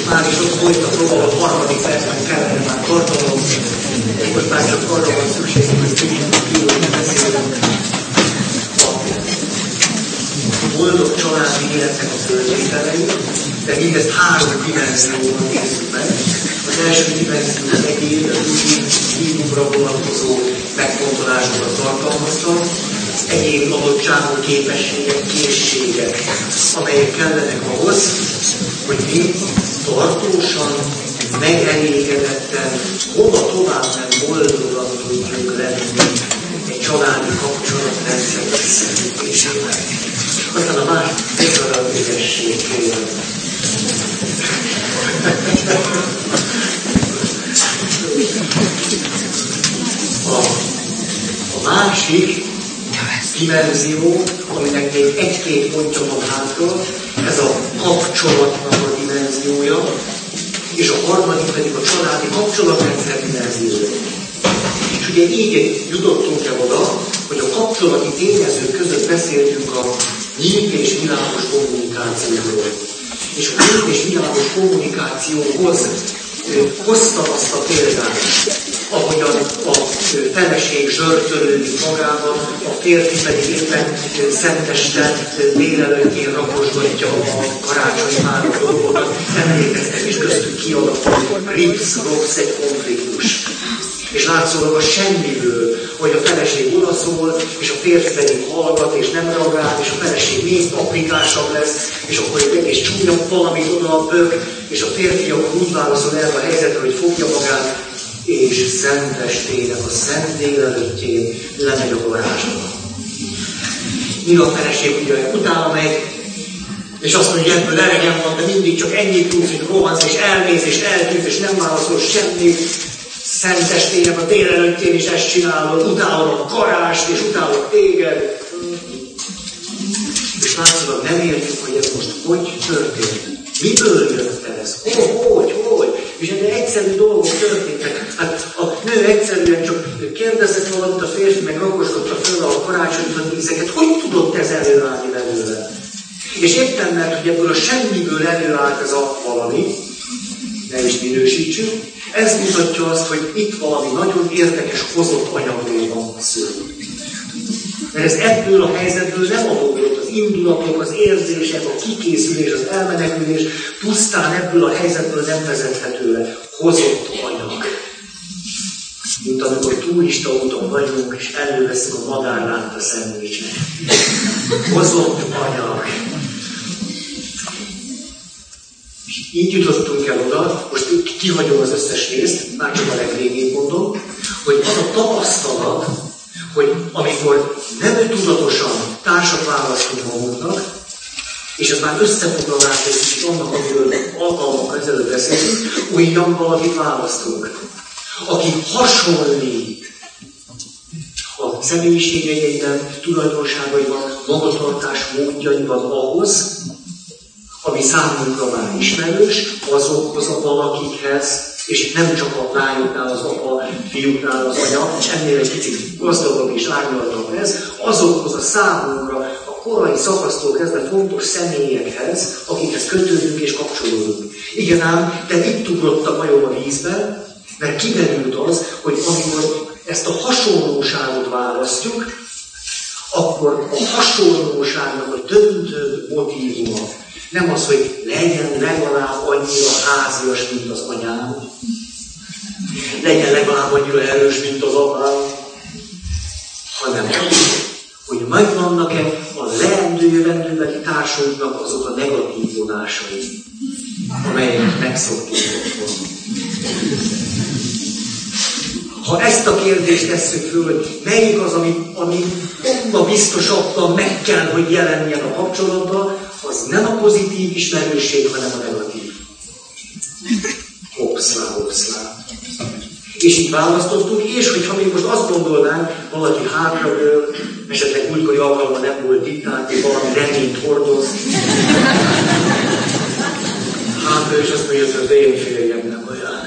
már is ott folytatom, a harmadik percben kellene már tartanom, és most már csak arra van szükség, hogy tudjuk ki, beszélünk a boldog családi életnek a föltételei, de mindezt 3 dimenzióban nézzük meg. Az első dimenzió az egyén, az individuumra vonatkozó megfontolásokat tartalmazta, az egyéni adottságú képességek, készségek, amelyek kellenek ahhoz, hogy mi tartósan, megelégedetten, hova tovább nem boldogan tudjunk lenni egy családi kapcsolatrendszer összefüggésében. Aztán a más észrevezetesség kérem. A másik dimenzió, aminek még 1-2 pontja van hátra, ez a kapcsolatnak a dimenziója, és a harmadik pedig a családi kapcsolatrendszer dimenziója. És ugye így jutottunk el oda, hogy a kapcsolati tényezők között beszéltünk a nyílt és világos kommunikációról. És a nyílt és világos kommunikációhoz hoztam azt a példát, ahogyan a feleség zsörtölődik magában, a férfi pedig éppen szenteste délelőttjén rakosgatja a karácsonyfára dolgokat. Emlékeztek, és köztük kialakult Rips-Rox egy konfliktus. És látszólag a semmiből, hogy a feleség odaszól, és a férfi pedig hallgat, és nem reagál, és a feleség még paprikásabb lesz, és akkor egy egész csúnyabb valamit oda a bök, és a férfi akkor úgy válaszol erre a helyzetre, hogy fogja magát, és szentestének a szent délelőttjén lemegy a garázsba. Míg a feleség ugye utána megy, és azt mondja, hogy ebből elegem van, de mindig csak ennyit tudsz, hogy rohansz, és elmész, és eltűnsz, és nem válaszol semmit. Szentestének a délelőttjén is ezt csinálod, utálod a karást, és utálod téged. És látszólag nem értjük, hogy ez most hogy történt. Miből jött ez? Hogy? És ennél egyszerű dolgok történtek. Hát a nő egyszerűen csak kérdezett valamit, a férfi meg rakosgatta föl a karácsonyfa díszeket. Hogy tudott ez előállni belőle? És éppen mert, hogy ebből a semmiből előállt ez a valami, ne is minősítsük, ez mutatja azt, hogy itt valami nagyon érdekes hozott anyagról van szó. Mert ez ebből a helyzetből nem adódott, az indulatok, az érzések, a kikészülés, az elmenekülés pusztán ebből a helyzetből nem vezethető le. Hozott anyag. Mint amikor turista úton vagyunk, és előveszünk a madárlánta szendvicset. Hozott anyag. Így jutottunk el oda, most kihagyom az összes részt, már csak a legvégén mondom, hogy az a tapasztalat, hogy amikor nem tudatosan társat választunk magunknak, és ez már összefoglalás, és kicsit annak, amiről alkalmakkal ezelőtt beszélünk, olyan valakit választunk, aki hasonlít a személyiségeiben, tulajdonságaiban, magatartás módjaiban ahhoz, ami számunkra már ismerős, azokhoz a valakikhez, és nem csak a lányoknál, az apa, fiúknál az anya, és ennél egy kicsit gazdagabb és árnyaltabb ez, azokhoz a számunkra a korai szakasztól kezdve fontos személyekhez, akikhez kötődünk és kapcsolódunk. Igen ám, de itt ugrott a majom a vízben, mert kiderült az, hogy amikor ezt a hasonlóságot választjuk, akkor a hasonlóságnak a döntő motívuma nem az, hogy legyen legalább annyira házias, mint az anyám, legyen legalább annyira erős, mint az apám, hanem az, hogy megvannak-e a leendő jövendőbeli társunknak azok a negatív vonásai, amelyeket megszoktunk otthon. Ha ezt a kérdést tesszük föl, hogy melyik az, ami biztosabban meg kell, hogy jelenjen a kapcsolatban, az nem a pozitív ismerőség, hanem a negatív. Hopszlá. És így választottuk, és hogyha még most azt gondolnánk, valaki hátradől, esetleg múltkori alkalommal nem volt itt, tehát valami reményt hordoz. Hátra és azt mondja, hogy az én férjem nem olyan.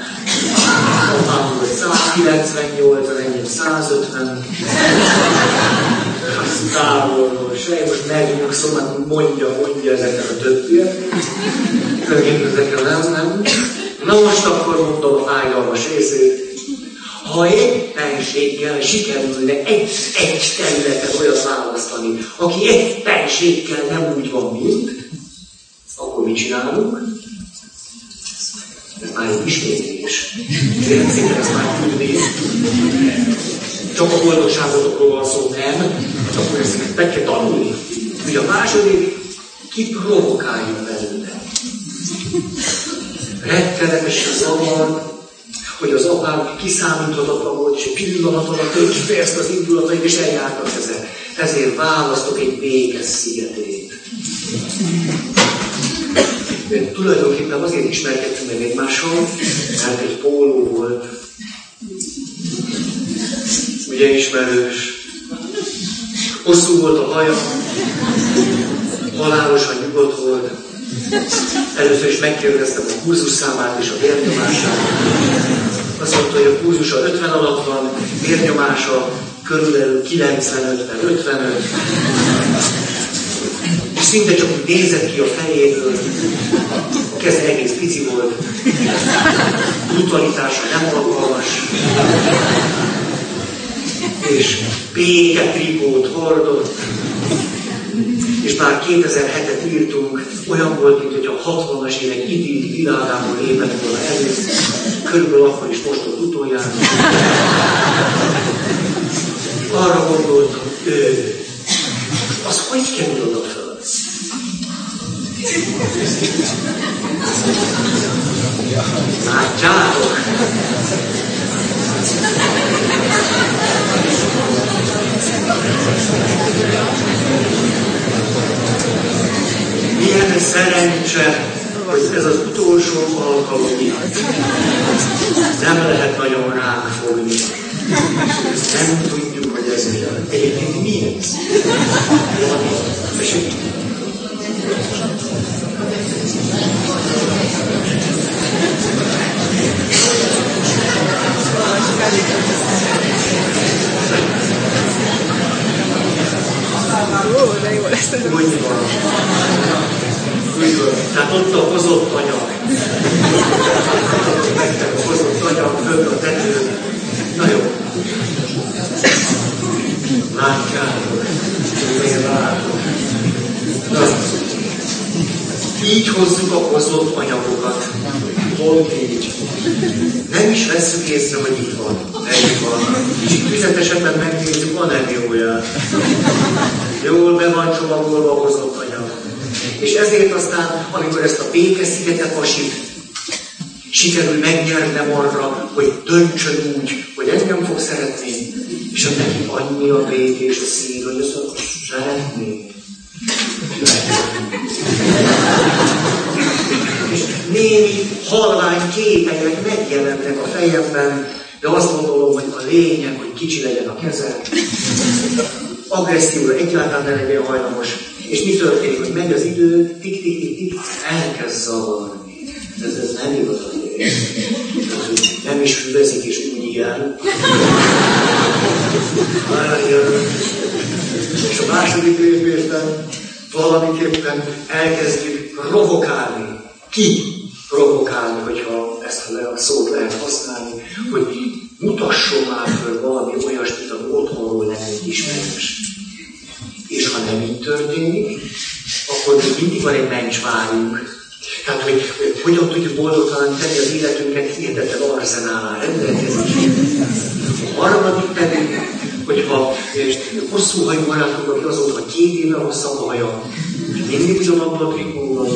Apám volt 198, az enyém 150. Azt távolról, se, most megnyugszom, hát mondja ezeket a többiek. Ezekre nem. Na most akkor mondom a fájdalmas részét. Ha éppenséggel sikerülne egy területet olyat választani, aki éppenséggel nem úgy van, mint, akkor mit csinálunk? Ez már egy ismétlés. Kérem szépen, ezt már tudni. Csak a boldogságotokról van szó, nem? Akkor ezt meg kell tanulni. Ugye a második, ki provokálja belőle. Rettenetesen zavar, hogy az apám kiszámíthatatlan volt, és egy pillanat alatt ő kifejezte az indulatait, és eljártak ezért választok egy békés szigetét. Tulajdonképpen azért ismerkedtünk meg egymással, mert egy póló volt. Ugye ismerős. Hosszú volt a haja, halálosan nyugodt volt. Először is megkérdeztem a pulzusszámát és a vérnyomását. Azt mondta, hogy a pulzusa 50 alatt van, vérnyomása körülbelül 95/55. És szinte csak úgy nézett ki a fejéből. A keze egész pici volt. Brutalitása nem alkalmas. És béke trikót hordott. És már 2007-et írtunk, olyan volt, mint hogy a 60-as évek idilli világából lépett volna elő. Körülbelül akkor is mostott utoljára. Arra gondoltam, az hogy kerül oda föl? Látjátok? Milyen szerencse, hogy ez az utolsó alkalom miatt nem lehet nagyon ránk fogni. Nem tudjuk, hogy ez milyen. Egyébként mi ez? De jó lesz ez. Úgy van. Tehát ott a hozott anyag. Megtek a hozott anyag, föl a tető. Na jó. Látjátok. Én látom. Na. Így hozzuk a hozott anyagokat. Pont így. Nem is vesszük észre, hogy itt van. Egy van. És itt tüzetesebben megnézzük, van emjóját. Jól be van csomagolva a hozott anyag. És ezért aztán, amikor ezt a békeszigetet Vasit sikerül megnyernem arra, hogy döntsön úgy, hogy engem fog szeretni, és hogy neki annyi a békés a szív, hogy azt mondja, szeretné. És némi halvány képek megjelennek a fejemben, de azt gondolom, hogy a lényeg, hogy kicsi legyen a keze. Agresszívra egyáltalán ne legyen hajlamos. És mi történik, hogy megy az idő, tik, elkezd zavarni. Ez nem igaz azért. Nem is füvezik, és úgy igen. És a második lépésben valamiképpen elkezdjük provokálni. Ki provokálni, hogyha ezt a szót lehet használni, hogy mutasson már föl valami olyasmit, ami otthonról lenne ismerős. És ha nem így történik, akkor még mindig van egy mencsvárunk. Tehát, hogy hogyan tudjuk boldogtalan tenni az életünket hihetetlen arzenálán rendelkezésre. A harmadik pedig, hogyha hosszú hajú barátunk, aki azóta 2 éve hosszabb a haja, mindig ugyanabban a trikóban,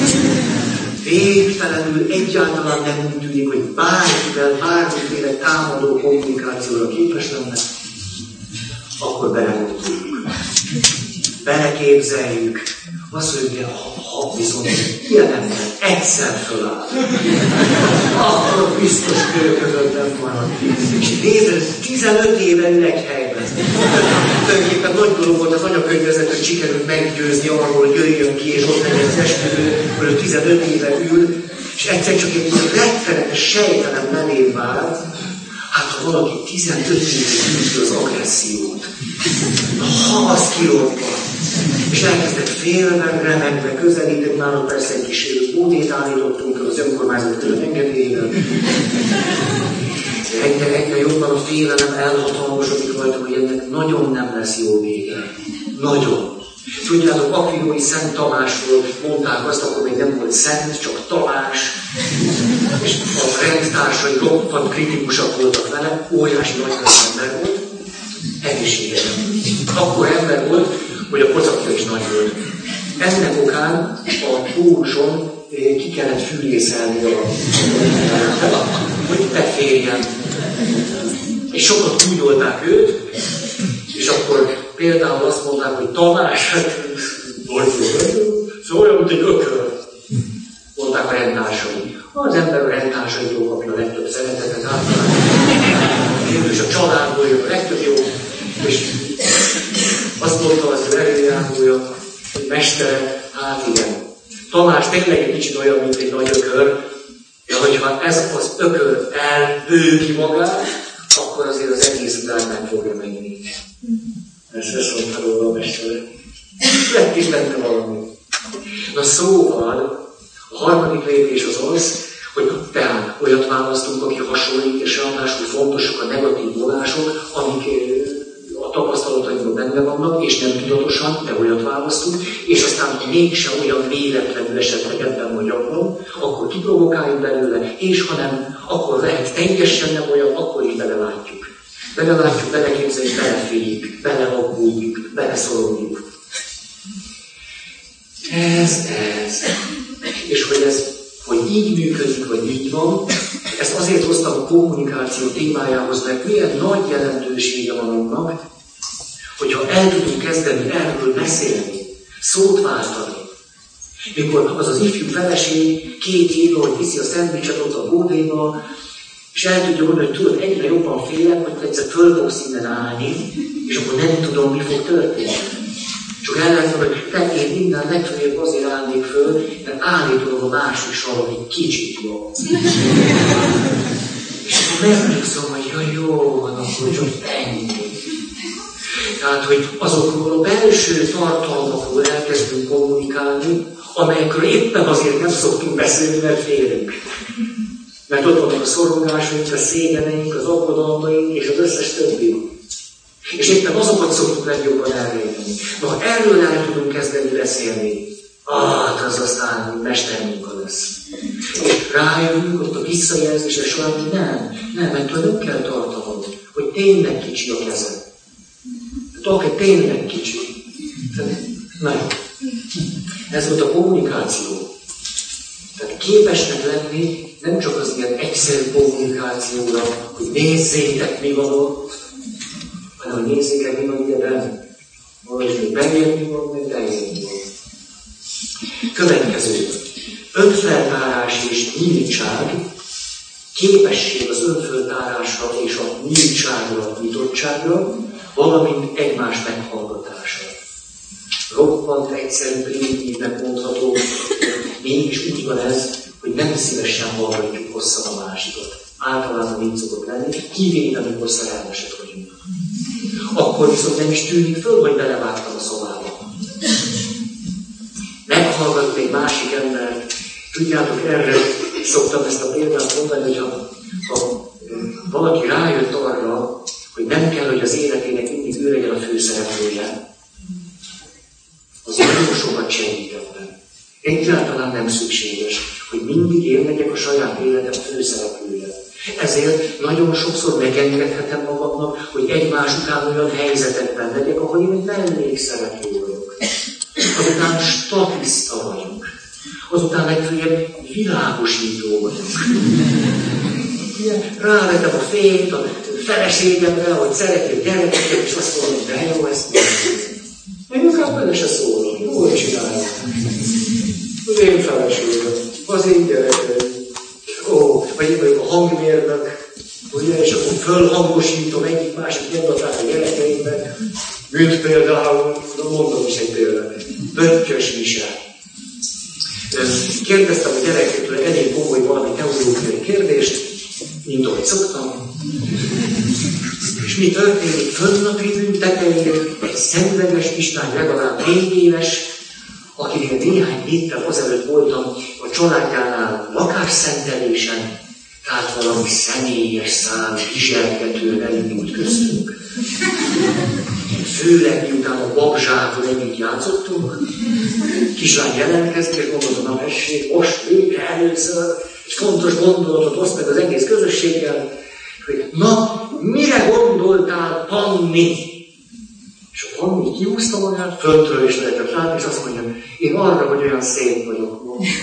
végtelenül egyáltalán nem úgy tűnik, hogy bárkivel, bármiféle támadó kommunikációra képes lenne, akkor belegondoljuk. Beleképzeljük. Azt mondjuk, ha viszont ilyen ember egyszer föláll, akkor biztos kölyközött nem marad. És nézd, 15 éve ül egy helyben. Tulajdonképpen nagy dolog volt az anyakönyvezet, hogy sikerült meggyőzni arról, hogy jöjjön ki, és ott legyen az esküvő, hogy 15 éve ül, és egyszer csak egy rettenetes sejtelem belém vált. Hát ha valaki 15 évig gyűjti az agressziót, havasz kilóban, és elkezdett félve, remegve, közelített, már persze egy kis bódét állítottunk az önkormányzat külön engedélyével. Egyre jobban a félelem elhatalmasodik rajta, hogy ennek nagyon nem lesz jó vége. Nagyon. Tudjátok, Akvinói Szent Tamásról mondták azt, akkor még nem volt szent, csak Tamás. És a rendtársai roppant kritikusak voltak vele, óriási nagy ember volt, egészségesen. Akkor ember volt, hogy a pocakja is nagy volt. Ennek okán a póluson ki kellett fűrészelni hogy beférjen. És sokat kúnyolták őt, és akkor például azt mondták, hogy Tamás, szóval olyan, mint egy ökör, mondták a rendtársai. Az ember a rendtársaitól kapja a legtöbb szeretetet, általában és a családból jön a legtöbb jó, és azt mondta az ő előjárulója, hogy mestere, hát igen, Tamás tényleg egy kicsit olyan, mint egy nagy ökör, de hogyha ez az ökör elbőgi magát, akkor azért az egész világ meg fogja menni. Ezt mondta róla a mestere. Lett is benne valami. Na szóval, a harmadik lépés az, hogy tehát olyat választunk, aki hasonlít, és ráadásul fontosak a negatív vonások, amik a tapasztalatainkban benne vannak, és nem tudatosan, de olyat választunk, és aztán mégsem olyan véletlenül esetleg ebben vagy abban, akkor kiprovokáljuk belőle, és ha nem, akkor lehet teljesen nem olyan, akkor is belelátjuk. Belelátjuk, beleképzeljük, beleféljük, beleaggódjuk, beleszoroljuk. Ez. És hogy így működik, vagy így van, ezt azért hoztam a kommunikáció témájához, mert milyen nagy jelentősége van annak, hogyha el tudunk kezdeni erről beszélni, szót váltani. Mikor az ifjú feleség 2 év, hogy viszi a szendvicset ott a bódéba, és el tudja mondani, hogy tudod, egyre jobban félek, hogy egyszer föl fogsz innen állni, és akkor nem tudom, mi fog történni. Csak el lehet mondani, hogy én minden legfeljebb azért állnék föl, mert állítom a másik sarok egy kicsit jobb. És akkor megnyugszom, hogy jó van, akkor csak ennyi. Tehát, hogy azokról a belső tartalmakról elkezdünk kommunikálni, amelyekről éppen azért nem szoktunk beszélni, mert félünk. Mert ott vannak a szorongásaink, a szégyeneink, az aggodalmaink és az összes többi. És éppen azokat szoktuk legjobban elrejteni. De ha erről el tudunk kezdeni beszélni, az aztán mestermunka lesz. És rájövünk ott a visszajelzésre során, hogy nem, ettől nem kell tartanod, hogy tényleg kicsi a kezed. Tehát tényleg kicsi. Na jó. Ez volt a kommunikáció. Tehát képesnek lenni nem csak az ilyen egyszerű kommunikációra, hogy nézzétek, mi van ott, hanem hogy nézzétek, mi van ide benne. Valahogy még bejön, mi van, meg bejön, mi van. Következő. Önfeltárás és nyíltság, képesség az önföltárásra és a nyíltságra, nyitottságra, valamint egymás meghallgatása. Roppant egyszerű, primitívnek mondható, mégis úgy van ez, hogy nem szívesen hallgatjuk hosszan a másikat. Általában így szokott lenni, kivéve, amikor szerelmesek vagyunk. Akkor viszont nem is tűnik föl, hogy belevágtam a szobába. Meghallgatni egy másik embert. Tudjátok, erre szoktam ezt a példát mondani, hogy ha valaki rájött arra, hogy nem kell, hogy az életének mindig ő legyen a főszereplője, az nagyon sokat segít ebben. Egyáltalán nem szükséges, hogy mindig én legyek a saját életem főszereplője. Ezért nagyon sokszor megengedhetem magamnak, hogy egymás után olyan helyzetekben legyek, ahol én egy mellékszereplő vagyok. Azután statiszta vagyok. Azután legfeljebb világosító vagyok. Rávetem a fényt a feleségemre, hogy szeretnék gyerekeket, és azt mondom, de jó, ezt még inkább bele se szólom, jól csinálom. Az én feleségem, az én gyerekeim. Vagy a hangmérnök, ugye, és akkor fölhangosítom egyik másik mondatát a gyerekeimnek, mint például, mondom is egy példát, Pöttyös Mise. Kérdeztem a gyerekektől elég komoly valami teológiai kérdést, mint ahogy szoktam, mi történik fönn a tribűn tetején? Egy szemüveges kislány, legalább 4 éves, akinél néhány héttel azelőtt voltam a családjánál lakásszentelésen, tehát valami személyes szám kizselgetően elindult köztünk. Főleg miután a babzsákon együtt játszottunk, kislány jelentkezik, és mondod, na hessék, most végre először egy fontos gondolatot oszt meg az egész közösséggel, hogy na, mire gondoltál, Panni? És a Panni kihúzta magát, föntről is lehetett látni, és azt mondja, én arra, hogy olyan szép vagyok.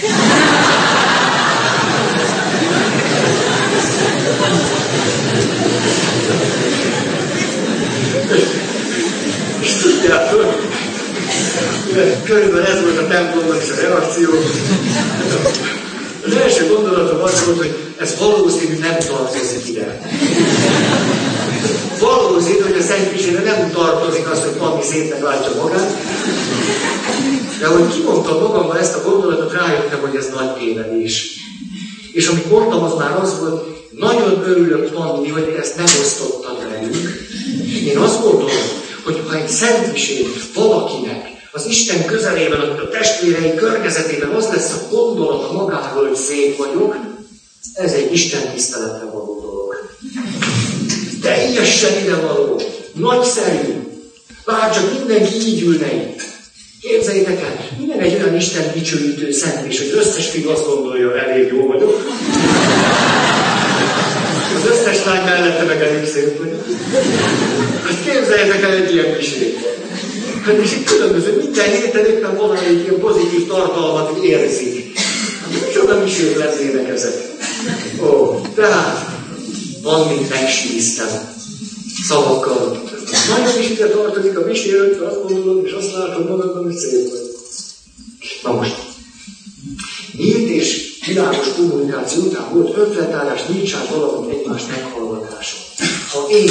És tudjátok, körülbelül ez volt a templomban is a reakció. Az első gondolatom az volt, hogy ez valószínű nem tartozik ide. Valószínű, hogy a Szentmisére nem tartozik az, hogy Panni szépnek látja magát. De ahogy kimondtam magamban ezt a gondolatot, rájöttem, hogy ez nagy tévedés. És amit mondtam, az már az volt, nagyon örülök, Panni, hogy ezt megosztottad velünk. Én azt gondolom, hogy ha egy szentmisét valakinek az Isten közelében, a testvérei környezetében az lesz a gondolata magáról, hogy szép vagyok, ez egy Isten tiszteletre való dolog. Teljesen idevaló, nagyszerű, bár csak mindenki így ülne itt. Képzeljétek el, milyen egy olyan Isten dicsőítő szentmis, hogy összes fiú azt gondolja, elég jó vagyok. Az összes lány mellette meg elég szép vagyok. Hát képzeljétek el egy ilyen misét. Hát és itt különböző, minden héten éppen valamelyik ilyen pozitív tartalmat érzik. Hát micsoda misék lennének ezek. Ó, tehát, van, mint megsíztem szavakkal. Nagyon is ide tartozik a miséről, azt gondolom, és azt látom magadban, hogy szép vagy. Na most, nyílt és világos kommunikáció után volt ötletállás, nyíltság valamint egymás meghallgatása. Ha én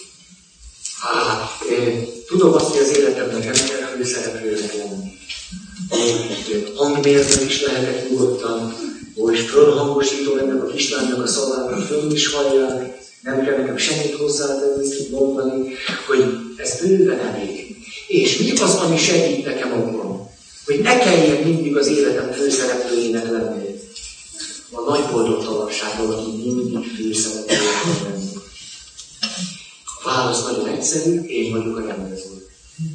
tudom azt, hogy az életemnek nem kell főszereplőnek lenni. Hangmérben is lehetek nyugodtan, és fölhangosítom ennek a kislánynak a szavának, föl is hallják, nem kell nekem semmit hozzátenni, mondani, hogy ez bőven elég. És mi az, ami segít nekem abban, hogy ne kelljen mindig az életem főszereplőjének lenni. A nagy boldogtalanságról, aki mindig főszereplőjének lenni. A válasz nagyon egyszerű, én vagyok a rendező.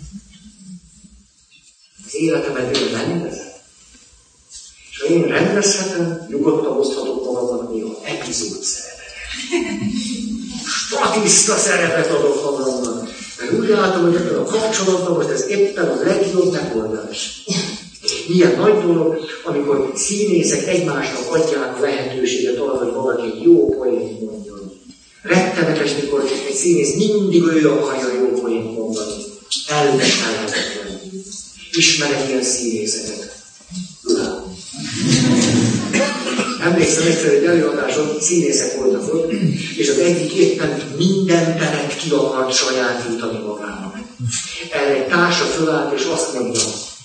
Az életemet én rendezem. És ha én rendezhetem, nyugodtan hozhatok magamnak néha epizód szerepet. Statiszta szerepet adok magamnak. Mert úgy látom, hogy ebben a kapcsolatban most ez éppen a legjobb megoldás. Milyen nagy dolog, amikor színészek egymásnak adják a lehetőséget arra, hogy valaki egy jó poént mondjon. Rettenetes, mikor egy színész mindig ő akarja jó poént mondani. Elmeselhetetlen. Ismerek ilyen színészeket. Emlékszem egyszer egy előadáson, színészek voltak ott, és az egyik éppen minden teret ki akart sajátítani magának. Erre egy társa fölállt, és azt mondja,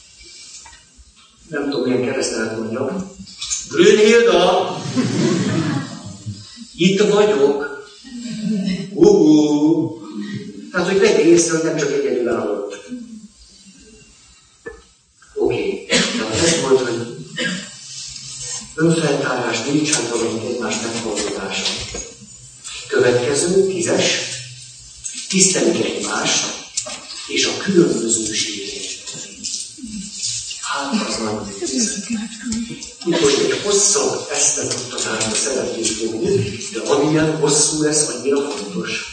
nem tudom, milyen keresztelt mondjam, Brünnhilda, itt vagyok. Tehát, hogy vegye észre, hogy nem csak egyedül állott. Oké. Tehát ez volt, hogy önfeltárás, nyíltság, valamint egymás meghallgatása. Következő, 10-es, tisztelik egymást és a különbözőséget. Hát, az nagyon tisztelt. Itt most egy hosszabb eszmefuttatásra szeretnék fogni, de amilyen hosszú lesz, annyira fontos.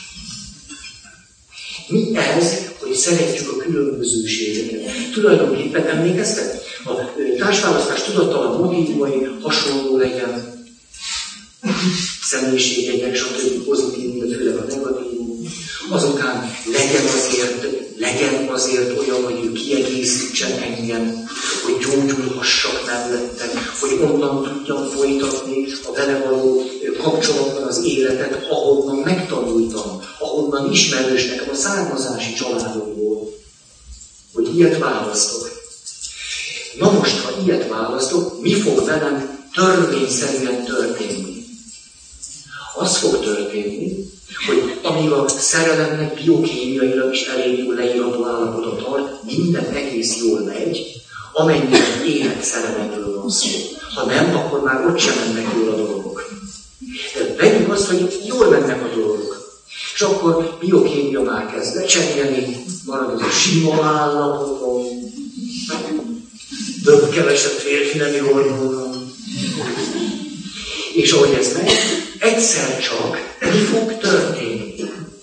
Mi ez, hogy szeretjük a különbözőségeket? Tulajdonképpen emlékeztek? A társválasztás tudattalan motívumai hasonló legyen, személyiségegyek, stb. Pozitív, de főleg a negatívum. Azután legyen azért olyan, hogy ő kiegészítsen engem, hogy gyógyulhassak mellettem, hogy onnan tudjam folytatni a vele való kapcsolatban az életet, ahonnan megtanultam, ahonnan ismerős nekem a származási családomból, hogy ilyet választok. Na most, ha ilyet választok, mi fog velem törvényszerűen történni? Az fog történni, hogy ami amíg a szerelemnek biokémiailag is elég jól leírható állapota tart, minden egész jól megy, amennyire élet szerelemről van szó. Ha nem, akkor már ott sem mennek jól a dolgok. De vegyük azt, hogy jól mennek a dolgok. És akkor biokémia már kezd lecserélni, marad az a sima állapoton, több-kevesebb férfi nemi hormonban. És ahogy ez megy, egyszer csak mi fog történni?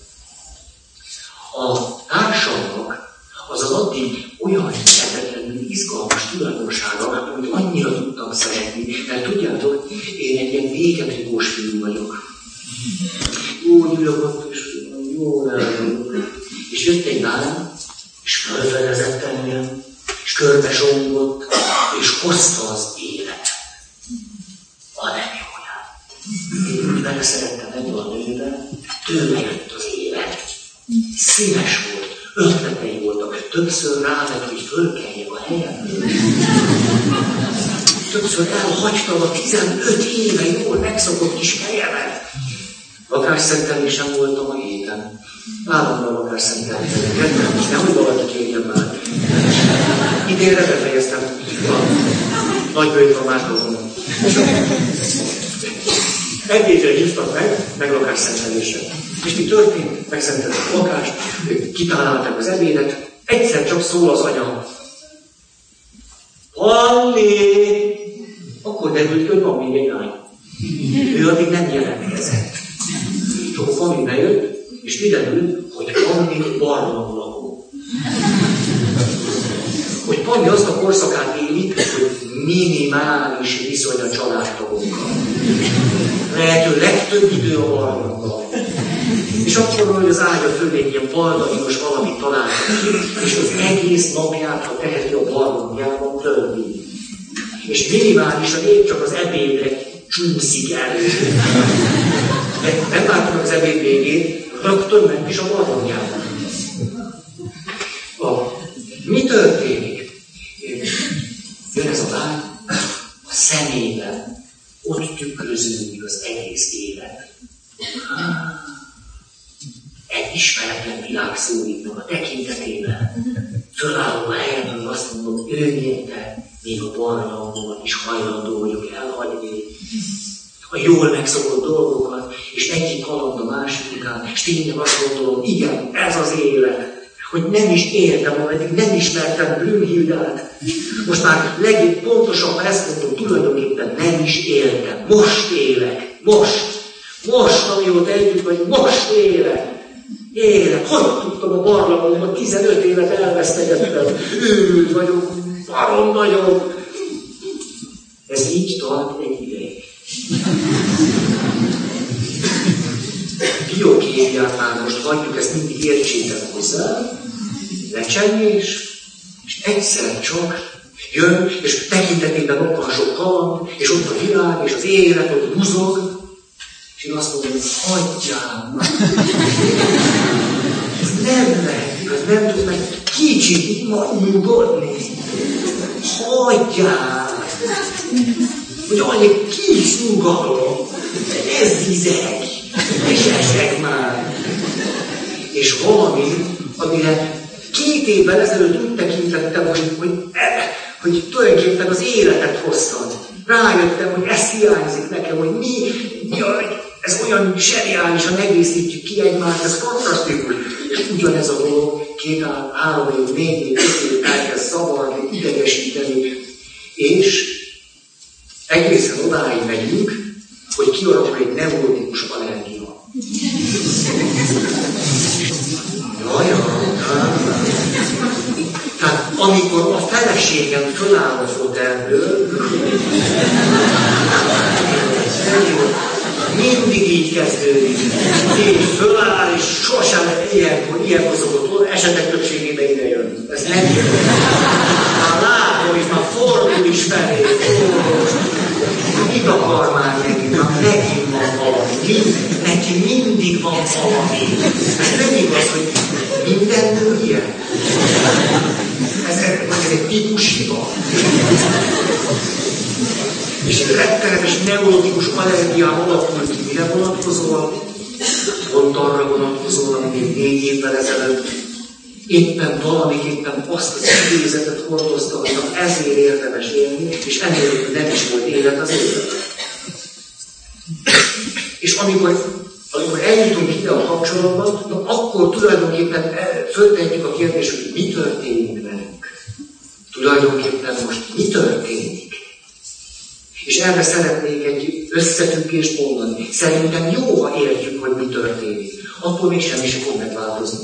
A társamnak az addig olyan hihetetlenül izgalmas tulajdonsága, amit annyira tudtam szeretni, mert tudjátok, én egy ilyen végetrigós fiú vagyok. Úgy ülök ott, és jól elmondok. És jött egy lány, és fölfedezett engem, és körbesongott, és hozta az élet. A nem jóját. Én úgy vele szerettem ebben a nőben, tőle jött az élet. Színes volt, ötletei voltak, többször rávett, hogy fölkeljek a helyen. Többször elhagytam a 15 éve jól megszokott kis helyemet. Lakásszentelésem voltam a héten. Állandóan lakásszentelésem. Nehogy valaki kérjen már. Idénre befejeztem a nagy bőjtvarmától. Ebédre hívtak meg lakásszentelésre. És mi történt? Megszenteltek a lakást, kitálálták az ebédet, egyszer csak szól az anya. Palli! Akkor derült ki, hogy van még egy lány. Ő addig nem jelentkezett. És akkor Fanni bejött, és kiderült, hogy Fanni barlanglakó. Hogy Fanni azt a korszakát éli, hogy minimális viszony a családtagokkal. Lehető legtöbb idő a barlanggal. És akkor, hogy az ágya fölé ilyen baldainos valamit találtak ki, és az egész napját, ha teheti a barlangjában tölti. És minimálisan épp csak az ebédre csúszik elő. De nem vártam az ebéd végén, rögtön ment is a barlangjában. Mi történik? Jön ez a lány, a szemében ott tükröződik az egész élet. Egy ismeretlen világ szólít meg a tekintetében. Fölálló a helyemről azt mondom, ő érte, még a barlangomat is hajlandó vagyok elhagyni. A jól megszokott dolgokat, és egyik kaland a másik után, és tényleg azt gondolom, igen, ez az élet. Hogy nem is értem, ameddig nem ismertem Brünnhildát. Most már pontosabban ezt mondom, tulajdonképpen nem is éltem. Most élek. Most, amióta együtt vagy, most élek. Hogy tudtam a barlangomat, 15 évet elvesztegettem. Őrült vagyok, barom vagyok. Ez így tart egy ideig. Biokémiát már most hagyjuk, ezt mindig értsétek hozzá, lecsengés, és egyszer csak jön, és tekintetében ott van sok kaland, és ott a világ, és az élet ott húzog, és én azt mondom, hogy hagyjál! Ez nem megy, ez nem tud meg kicsit nyugodni. Hagyjál! Hogy annyi kis nyugalom, ez vizeg. És esek már. És valami, amire 2 évvel ezelőtt úgy tekintettem, hogy tulajdonképpen az életet hoztad. Rájöttem, hogy ez hiányzik nekem, hogy ez olyan zseniálisan egészítjük ki egymást, ez fantasztikus. És ugyanez a dolog 2-3 év, 4 év, 5 év elkezd zavarni, idegesíteni. És egészen odáig megyünk, hogy kialakul egy neurologikus allergia. Tehát amikor a feleségem föláll a fotelből, mindig így kezdődik. Így föláll, és sosem ilyenkor szokott, esetek többségében ide jön. Ez nem jön. Már látom, és már fordul is felé. Mit akar már neki? Megint van valami. Neki mindig van valami. Ez nem igaz, hogy minden nő ilyen. Ez egy típushiba. És rettenetes neurologikus allergiám alakult ki, mire vonatkozóan, pont arra vonatkozóan, ami még 4 évvel ezelőtt éppen valamiképpen azt az idézetet hordozta, hogy na, ezért érdemes élni, és ennél nem is volt élet az életben. És amikor eljutunk ide a kapcsolatban, na, akkor tulajdonképpen föltehetjük a kérdést, hogy mi történik velünk. Tulajdonképpen most mi történik? És erre szeretnék egy összefüggést mondani. Szerintem jó, ha értjük, hogy mi történik. Akkor még semmi sem fog megváltozni.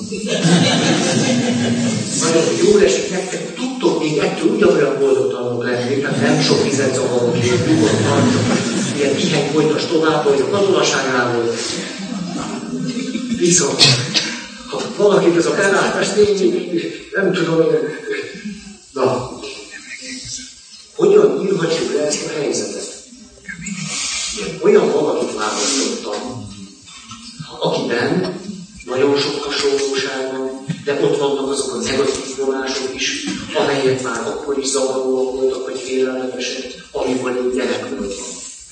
Nagyon jól esik nektek, tudtok még ettől ugyanolyan boldogtalanok lenni, tehát nem sok vizet zavarok, nyugodtan, ilyen kihely folytas tovább, vagy a katonaságából. Viszont, ha valakit ez a belátás nem tudom, na, hogyan írhatjuk le ezt a helyzetet? Olyan valakit választottam, akiben nagyon sok hasonlóság van, de ott vannak azok a negatív vonások is, amelyek már akkor is zavaróak voltak, vagy félelmetesek, amikor még gyerek voltam.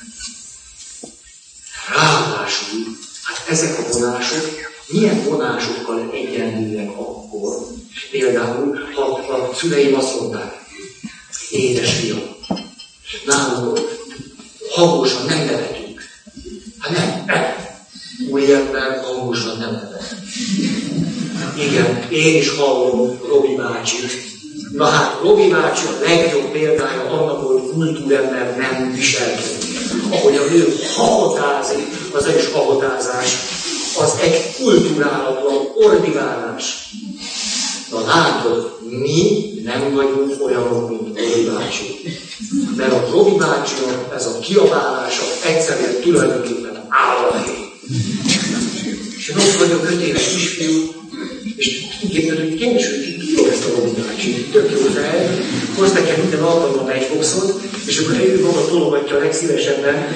Ráadásul, hát ezek a vonások milyen vonásokkal egyenlőek akkor? Például, ha a szüleim azt mondták, édesfiam, nálunk hangosan nem nevetünk. Hát nem. Új ember hangosan nem nevet. Igen, én is hallom Robi bácsit. Na hát, Robi bácsi a legjobb példája annak, hogy kultúrember nem viselkedik. Ahogy a nő hahotázik, az is hahotázás. Az egy kulturálatlan ordiválás. Na látod, mi nem vagyunk olyanok, mint Robi bácsi. Mert a Robi bácsinak ez a kiabálása egyszerűen tulajdonképpen állati. És én ott vagyok 5 éves kisfiú, és ígértem, hogy tudok ezt a Robi bácsi, tök jó fej, hoz nekem minden alkalommal egy boxot, és akkor ő maga tologatja a legszívesebben.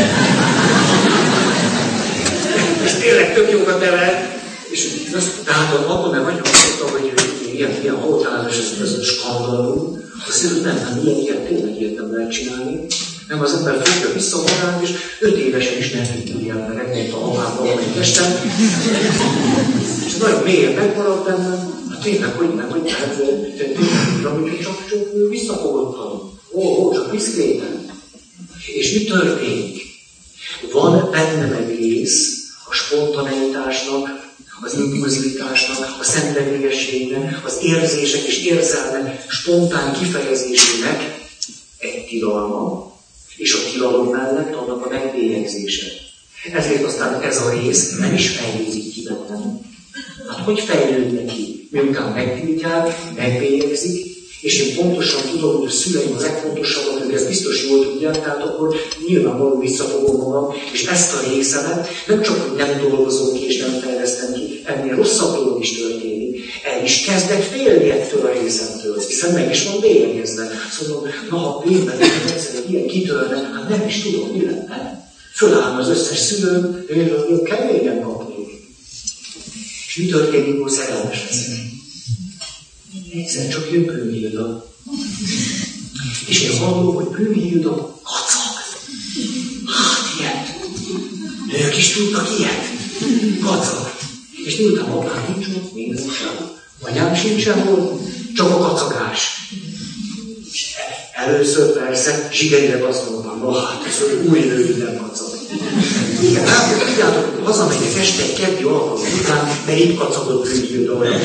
És tényleg tök jókat nevel, és tehát abban nem vagyok mondtam, hogy ilyen hotázas, ez skandalú, azt hiszem, hogy nem, ilyen tényleg ilyet nem lehet csinálni. Nem, az ember fogja vissza magát, és 5 évesen is nem tudjuk ilyen emberek, mint a mamám valamelyik este. És nagyon mélyen megmaradt bennem, hát tényleg, hogy nem, hogy lehet, amikor csak visszafogottam. Csak diszkréten. És mi történik? Van bennem egy rész a spontaneitásnak, az impulzivitásnak, a szenvedélyességnek, az érzések és érzelmek spontán kifejezésének egy tilalma, és a tilalom mellett annak a megbélyegzése. Ezért aztán ez a rész nem is fejlődik ki bennem. Hát hogy fejlődnek ki? Miután megtiltják, megbélyegzik, és én pontosan tudom, hogy a szüleim az legfontosabbak, hogy ezt biztos jól tudják, tehát akkor nyilvánvalóan visszafogom magam, és ezt a részemet nem csak, hogy nem dolgozom ki, és nem fejlesztem ki, ennél rosszabb dolog is történik. El is kezdek félni ettől a részemtől, hiszen meg is van bélyegezve. Szóval, na, ha tényleg egyszerűen ilyen kitörne, hát nem is tudom, mi lenne. Fölállna az összes szülőm, én keményen kapnék. És mi történik, hogy szerelmes leszek? Egyszer csak jön Brünnhilda. És én hallom, hogy Brünnhilda kacag. Hát ilyet. Nők is tudnak ilyet. Kacag. És miután apám nincs ott, nézem sem. Anyám sincsen volt, csak a kacagás. És először persze zsigerire azt mondtam, na hát ez új nő nem kacag. Igen, tudjátok, hogy hazamegyek este egy keddi alkalom után, mert itt kacagott Brünnhilda olyan.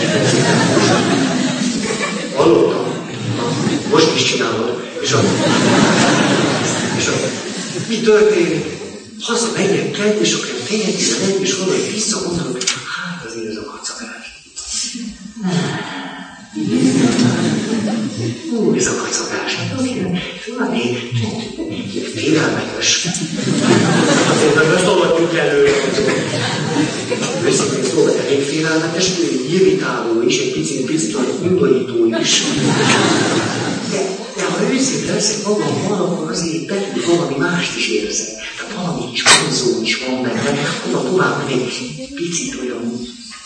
Hallottam? Most is csinálod. És mi történik? Hazamegyek kelt, és akkor fejegyére megy, és valahogy visszamondanak, hogy hát azért ez a kacagás. Ez a kacagás. Félelmetes. Azért nem ezt alatjuk előre. Őszintén szóval elég félelmetes, irritáló is, egy picit undorító is. De ha őszinte leszek magammal, akkor azért belül valami mást is érzek. Tehát valami kis vonzó is van benne, onnan tovább megy egy picit olyan.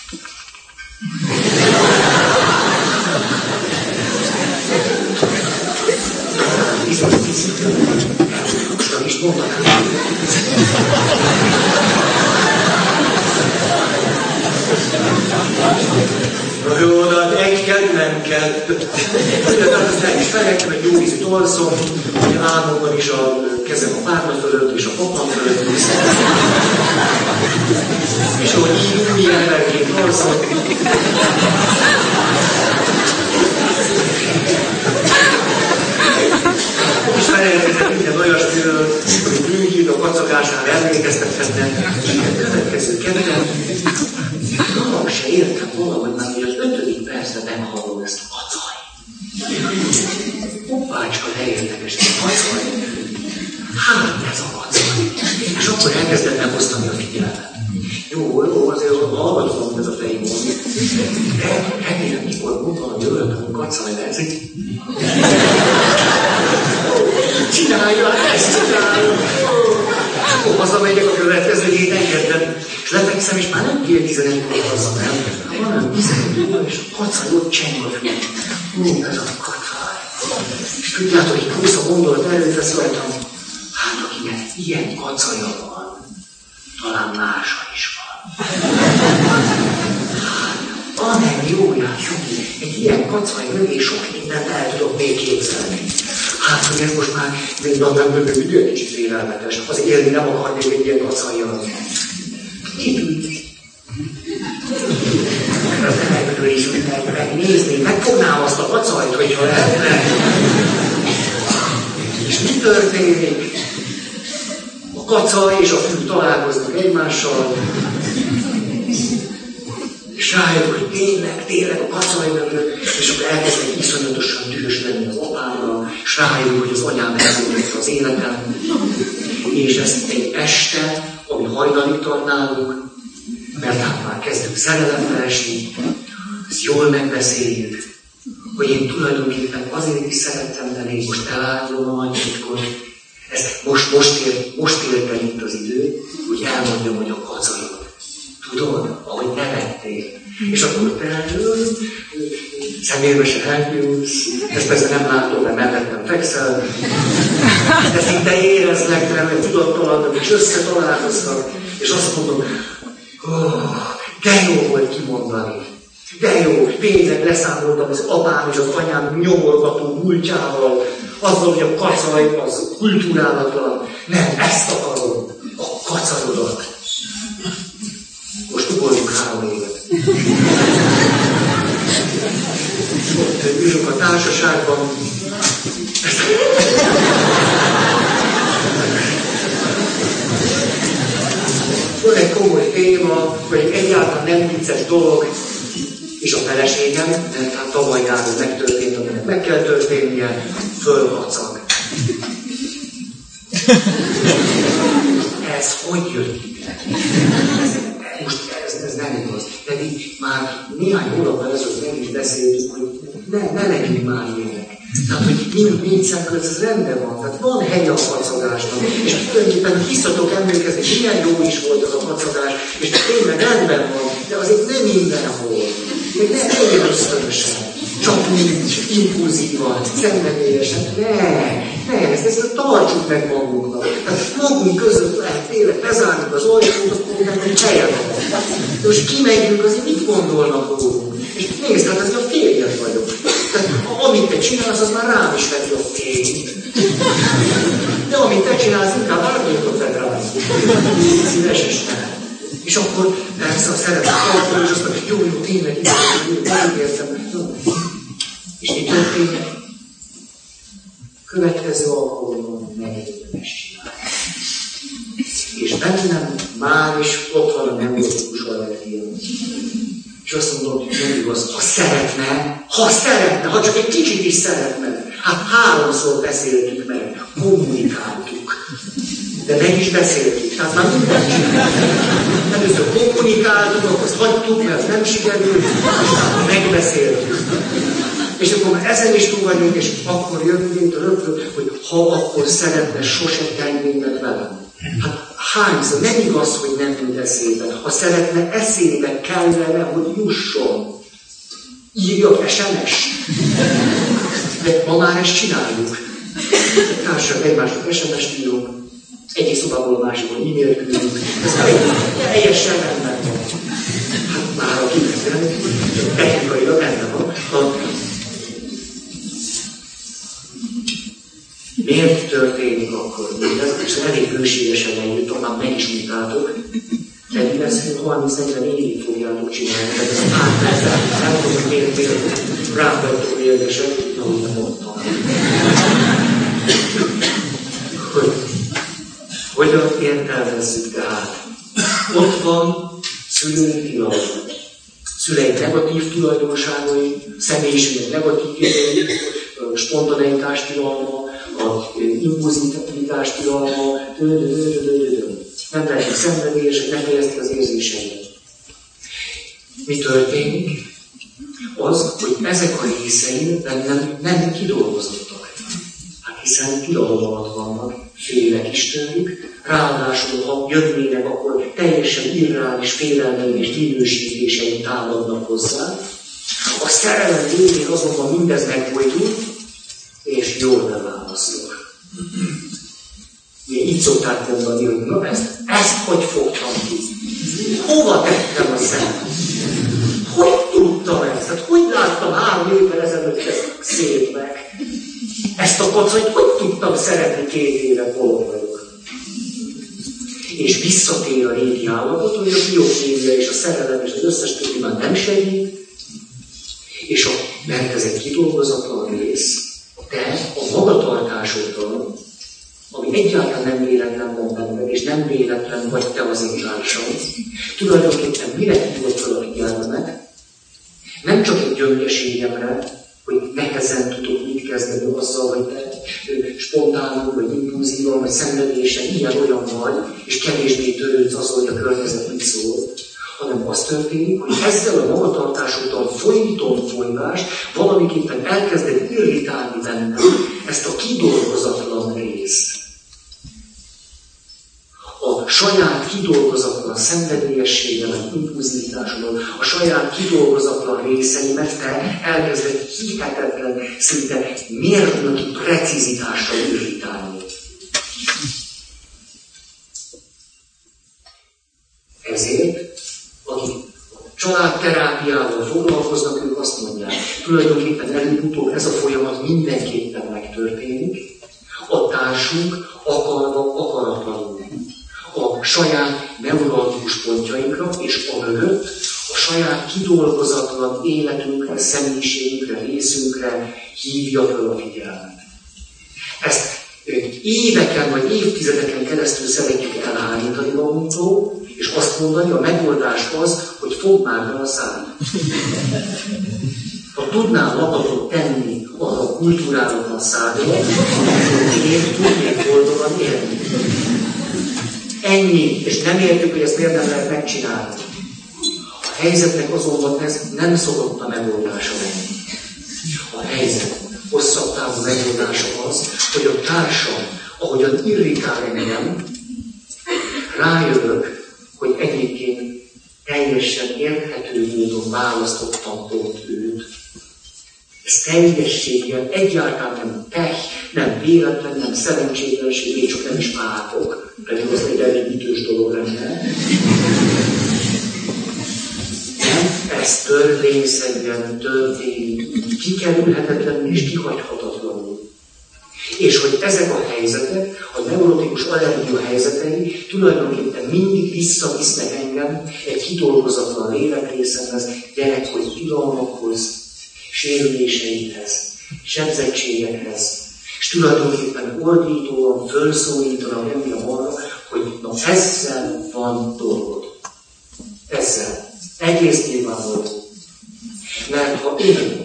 Picit. Most is mondanám. kell, nem kell. Tehát aztán is felejtem, egy jó vízűt alszom, hogy álmomban is a kezem a párna fölött, és a papam fölött. És ahogy így új emberként alszom. És felejtettem minden olyasmiről, hogy bűnhíd a kacagásnál emlékeztethetnek. Következő kedven. Valahogy se értem valahogy már, hogy az 5. percben meghallom ezt a kacaj. Hoppácska, de érdekes, ez a kacaj. Hát ez a kacaj. És akkor elkezdett megosztani a figyelmet. Jó, azért hallgatom, hogy ez a fején van. De remélem, mikor mondta, hogy örültem, hogy kacaj lesz. Csinálja, ezt csinálja. És akkor hazamegyek a következő héten kedden. És lefekszem, és már nem fél 11-kor hozzam el, hanem 11 óra, és a kacaj ott cseng a fül. Ez a kacaj. És tudjátok, hogy 20 a gondolat elővesz rajtam. Hát akinek ilyen kacaja van, talán mása is van. Hát, amennyi óriás, egy ilyen kacaj mögé sok mindent el tudok még képzelni. Hát, hogy ez most már még nem mögött egy kicsit félelmetes. Az élni nem akarnék egy ilyen kacajjal. Ezekről is megnézni, megfognám azt a kacajt, hogyha lehetne. És mi történik? A kacaj és a fül találkoznak egymással, és rájön, hogy tényleg a kacaj mögött, és akkor elkezdenek iszonyatosan dühös lenni az apámra, és rájön, hogy az anyám elmondta az életem, és ezt egy este, ami hajnalítan nálunk, mert hát már kezdünk szerelembe esni, ezt jól megbeszéljük, hogy én tulajdonképpen azért is szerettem, de még most elárulom a nagy titkot. Ez most ért el itt az idő, hogy elmondjam, hogy a kacajod. Tudod, ahogy nevettél. És akkor te személyesen elkülsz, ezt persze nem látom, mert mellettem fekszel, de szinte érezlek, mert tudattalannak is összetalálkoztak, és azt mondom, de jó volt kimondani. De jó, végleg leszámoltam az apám és az anyám nyomorgató múltjával, azzal, hogy a kacaj az kultúrálatlan. Nem, ezt akarom, a kacajodat. Most ugorjunk 3 évet. Ott ülünk a társaságban. Van egy komoly téma, vagy egyáltalán nem vicces dolog, és a feleségem, mert hát tavaly nyáron megtörtént, aminek meg kell történnie, fölkacag. Ez hogy jött ide? Most ez nem igaz. Pedig már néhány hónappal ezelőtt meg is beszéltük, hogy ne legyünk már ilyenek. Tehát, hogy mi négy szemköz, ez rendben van. Tehát van hely a kacagásnak. És tulajdonképpen visszatok emlékezni, hogy milyen jó is volt az a kacagás, és tényleg rendben van, de azért nem mindenhol. Még ne legyen ösztönösen. Csak úgy, impulzívan, szenvedélyesen. Ne, ezt tartsuk meg magunknak. Tehát magunk között lehet tényleg bezárjuk az ajtót, akkor nem egy helyen van. De most kimegyünk, azért mit gondolnak rólunk? És nézd, hát ez a férjed vagyok. Tehát amit te csinálsz, az már rám is veti a fényt. De amit te csinálsz, inkább árnyékot vedd rám. Szíves is nem. És akkor persze a szeretet tartom, és azt mondja, hogy jó, tényleg, megértem. És mi történik? Következő alkalommal megérdemes csinálni. És bennem már is ott van a neurotikus allergia. És azt mondom, hogy nem igaz, ha csak egy kicsit is szeretne, hát 3-szor beszéltük meg, kommunikáltuk. De meg is beszéltük, tehát már mindent csináltuk. Először kommunikáltuk, akkor azt hagytuk, mert nem sikerült, és akkor megbeszéltük. És akkor már ezen is túl vagyunk, és akkor jövünk rögtön, hogy ha akkor szeretne, sose tennének velem. Hát hányszor? Nem igaz, hogy nem jut eszébe. Ha szeretne, eszébe kellene, hogy jusson. Írjak SMS. De ma már ezt csináljuk. Társaság egymásnak SMS-t írunk. Egyik szobából a másikból e-mailt küldünk. Ez teljesen rendben van. Hát már a kifejezetten technikailag rendben van. miért történik akkor mindez? És elég bőségesen eljutom, már meg is mutátok. De mi lesz, hogy 30-40 évig fogjátok csinálni, de ez pár percet, nem tudom, hogy miért rám vagytok érdesek, ahogy nem mondtam. Hogyan értelmezzük tehát? Ott van szülői tilalma. Szüleik negatív tulajdonságai, személyiségek negatív spontaneitás tilalma, a impulzivitás tilalma, nem lehetnek szenvedélyesek, nem érezték az érzéseiket. Mi történik? Az, hogy ezek a részeim nem kidolgozottak. Hát hiszen tilalom alatt vannak, félek is tőlük, ráadásul, ha jönnének, akkor teljesen irreális félelmeim és minősítéseim támadnak hozzá. A szerelem végén azonban mindez megbojdul, és jól nem választok. Ugye így szokták mondani, hogy na ezt hogy fogtam ki? Hova tettem a szemem? Hogy tudtam ezt? Hát hogy láttam 3 évvel ezelőtt ezt szép meg? Ezt a kocsot hogy tudtam szeretni 2 éve bolond vagyok? És visszatér a régi állapot, hogy a biokémia és a szerelem és az összes többi már nem segít, és mert ez egy kidolgozatlan rész, de a magatartásodban, ami egyáltalán nem véletlen van benned, és nem véletlen vagy te az én társam, tulajdonképpen mire hívott fel a figyelmemet, nem csak egy gyöngeségemre, hogy nehezen tudok mit kezdeni azzal, hogy te spontánul, vagy impulzívan, vagy szenvedésen ilyen-olyan vagy, és kevésbé törődsz azzal, hogy a környezet mit szól, hanem az történik, hogy ezzel a magatartásoddal folyton folyvást valamiképpen elkezded irritálni bennem ezt a kidolgozatlan részt. A saját kidolgozatlan szenvedélyességemet, impulzivitásomon, a saját kidolgozatlan részeimet te elkezded hihetetlen, szinte mérnöki precizitással irritálni. Ezért, akik családterápiával foglalkoznak, ők azt mondják, tulajdonképpen előbb-utóbb ez a folyamat mindenképpen megtörténik, a társunk akarva, akaratlanul a saját neuralgikus pontjainkra, és a mögött a saját kidolgozatlan életünkre, személyiségünkre, részünkre hívja fel a figyelmet. Ezt éveken vagy évtizedeken keresztül szeretjük elhárítani magunktól, és azt mondani, a megoldás az, hogy fogd már be a szád. Ha tudnál magadon tenni arra a kultúrálatlan szádra, akkor én tudnék boldogan élni. Ennyi, és nem értük, hogy ezt miért nem lehet megcsinálni. A helyzetnek azonban ez nem szokott a megoldása lenni. A helyzet hosszabb távú megoldása az, hogy a társam, ahogyan irritál engem, rájövök, hogy egyébként teljesen érthető módon választottam pont őt. Ez teljességgel egyáltalán nem pech, nem véletlen, nem szerencsétlenség, én csak nem is pátok, pedig az egy elég ütős dolog lenne. Nem, ez törvényszerűen történik, kikerülhetetlenül és kihagyhatatlanul. És hogy ezek a helyzetek, a neurotikus allergia helyzetei tulajdonképpen mindig visszavisznek engem egy kidolgozatlan lélekrészemhez, gyerekkori tilalmakhoz, sérüléseidhez, sebzettségekhez, és tulajdonképpen ordítóan fölszólítanak engem arra, hogy na ezzel van dolgod. Ezzel. Egész nyilvánvaló. Mert ha én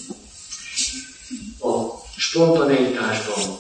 a spontaneitásban,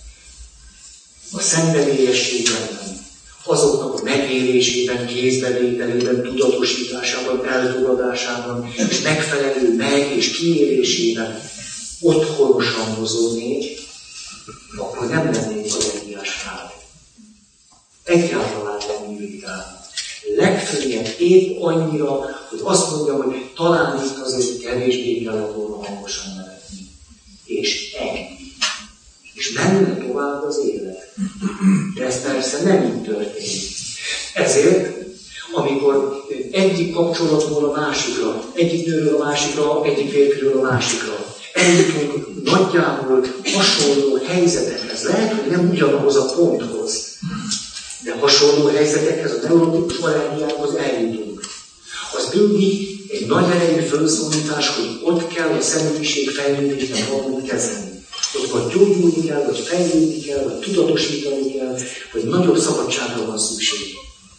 a szenvedélyességben, azoknak a megélésében, kézbevételében, tudatosításában, elfogadásában, és megfelelő és kiélésében otthonosan mozognék, akkor nem lennék allergiás rád. Egyáltalán nem irritál. Legfőjebb épp annyira, hogy azt mondjam, hogy talán itt azért kevésbé kellett volna hangosan nevetni. És ennyi. És menne tovább az élet. De ez persze nem így történik. Ezért, amikor egyik kapcsolatból a másikra, egyik nőről a másikra, egyik férfiről a másikra, eljutunk nagyjából hasonló helyzetekhez. Lehet, hogy nem ugyanahoz a ponthoz, de hasonló helyzetekhez, a neurotikus allergiához eljutunk. Az mindig egy nagy erejű felszólítás, hogy ott kell a személyiség fejlődésben valamit kezelni. Ott vagy gyógyulni kell, vagy fejlődni kell, vagy tudatosítani kell, vagy nagyobb szabadságra van szükség.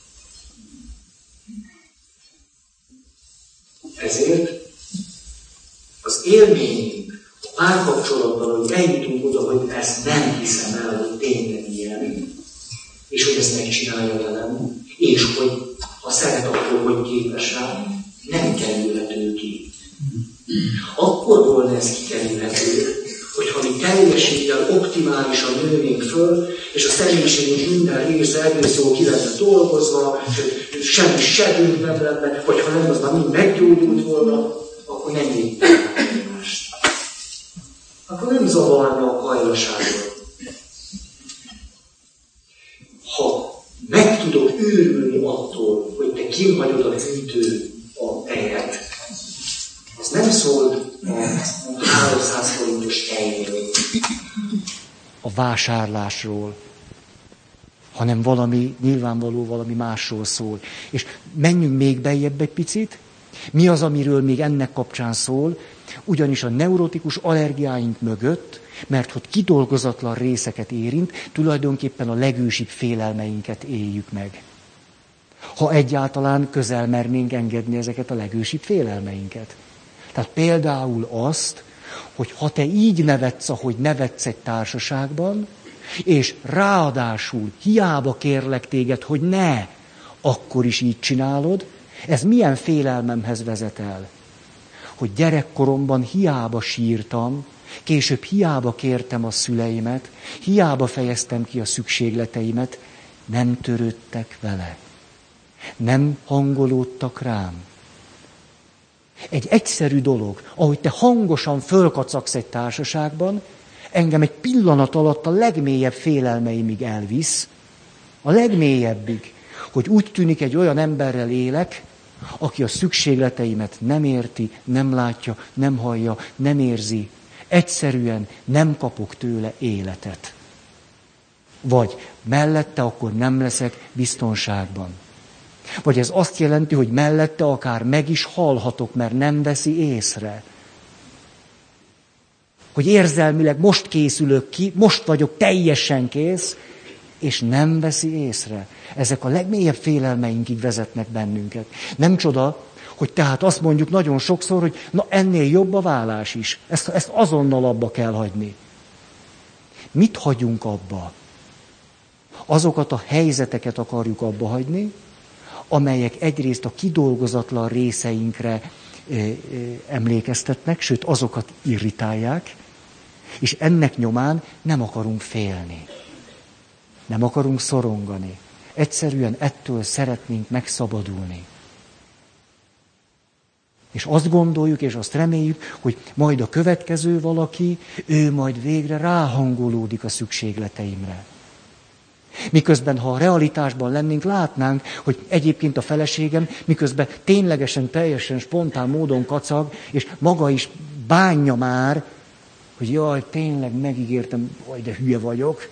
Ezért az élményünk a párkapcsolatban, hogy eljutunk oda, hogy ezt nem hiszem el, hogy tényleg ilyen, és hogy ezt megcsinálja velem, és hogy ha szeret, akkor hogy képes rá, nem kerülhető ki. Akkor volna ez kikerülhető, hogyha mi teljességgel optimálisan nőnénk föl, és a személyiségünk minden része egész jól ki lenne dolgozva, és semmi sebünk nem lenne, vagy ha nem, az már mind meggyógyult volna, akkor nem értünk egymást. Akkor nem zavarna a hajlaságot. Ha meg tudok őrülni attól, hogy te kinhagyod a fűtő a tejet, az nem szól a 300 forintos tejről. A vásárlásról, hanem valami, nyilvánvaló valami másról szól. És menjünk még beljebb egy picit. Mi az, amiről még ennek kapcsán szól? Ugyanis a neurotikus allergiáink mögött, mert hogy kidolgozatlan részeket érint, tulajdonképpen a legősibb félelmeinket éljük meg. Ha egyáltalán közel mernénk engedni ezeket a legősibb félelmeinket. Tehát például azt, hogy ha te így nevetsz, ahogy nevetsz egy társaságban, és ráadásul hiába kérlek téged, hogy ne, akkor is így csinálod, ez milyen félelmemhez vezet el? Hogy gyerekkoromban hiába sírtam, később hiába kértem a szüleimet, hiába fejeztem ki a szükségleteimet, nem törődtek vele. Nem hangolódtak rám. Egy egyszerű dolog, ahogy te hangosan fölkacagsz egy társaságban, engem egy pillanat alatt a legmélyebb félelmeimig elvisz, a legmélyebbig, hogy úgy tűnik, egy olyan emberrel élek, aki a szükségleteimet nem érti, nem látja, nem hallja, nem érzi. Egyszerűen nem kapok tőle életet. Vagy mellette akkor nem leszek biztonságban. Vagy ez azt jelenti, hogy mellette akár meg is halhatok, mert nem veszi észre. Hogy érzelmileg most készülök ki, most vagyok teljesen kész, és nem veszi észre. Ezek a legmélyebb félelmeinkig vezetnek bennünket. Nem csoda, hogy tehát azt mondjuk nagyon sokszor, hogy na ennél jobb a válás is. Ezt azonnal abba kell hagyni. Mit hagyunk abba? Azokat a helyzeteket akarjuk abba hagyni, amelyek egyrészt a kidolgozatlan részeinkre emlékeztetnek, sőt azokat irritálják, és ennek nyomán nem akarunk félni. Nem akarunk szorongani. Egyszerűen ettől szeretnénk megszabadulni. És azt gondoljuk, és azt reméljük, hogy majd a következő valaki, ő majd végre ráhangolódik a szükségleteimre. Miközben, ha a realitásban lennénk, látnánk, hogy egyébként a feleségem, miközben ténylegesen, teljesen spontán módon kacag, és maga is bánja már, hogy jaj, tényleg megígértem, vagy de hülye vagyok,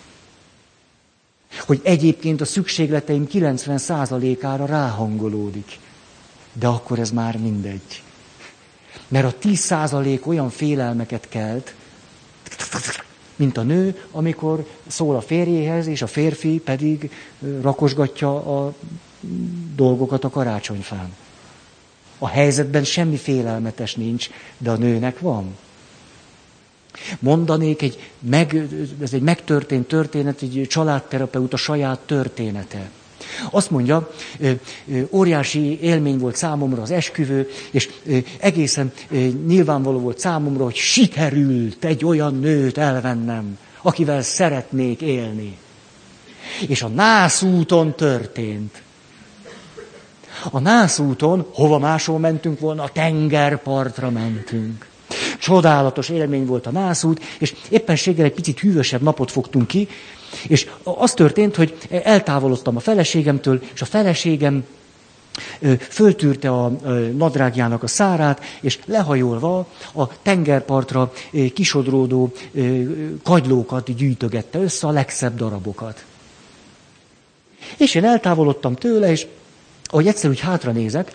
hogy egyébként a szükségleteim 90%-ára ráhangolódik. De akkor ez már mindegy. Mert a 10% olyan félelmeket kelt, mint a nő, amikor szól a férjéhez, és a férfi pedig rakosgatja a dolgokat a karácsonyfán. A helyzetben semmi félelmetes nincs, de a nőnek van. Mondanék, ez egy megtörtént történet, egy családterapeuta saját története. Azt mondja, óriási élmény volt számomra az esküvő, és egészen nyilvánvaló volt számomra, hogy sikerült egy olyan nőt elvennem, akivel szeretnék élni. És a nászúton történt. A nászúton, hova máshol mentünk volna, a tengerpartra mentünk. Csodálatos élmény volt a nászút, és éppenséggel egy picit hűvösebb napot fogtunk ki, és az történt, hogy eltávolodtam a feleségemtől, és a feleségem Föltűrte a nadrágjának a szárát, és lehajolva a tengerpartra kisodródó kagylókat gyűjtögette össze, a legszebb darabokat. És én eltávolodtam tőle, és ahogy egyszer úgy hátra nézek,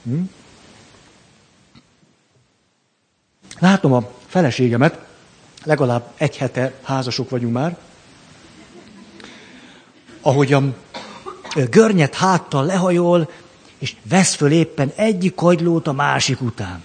látom a feleségemet, legalább egy hete házasok vagyunk már, ahogy a görnyed háttal lehajol, és vesz föl éppen egyik kagylót a másik után.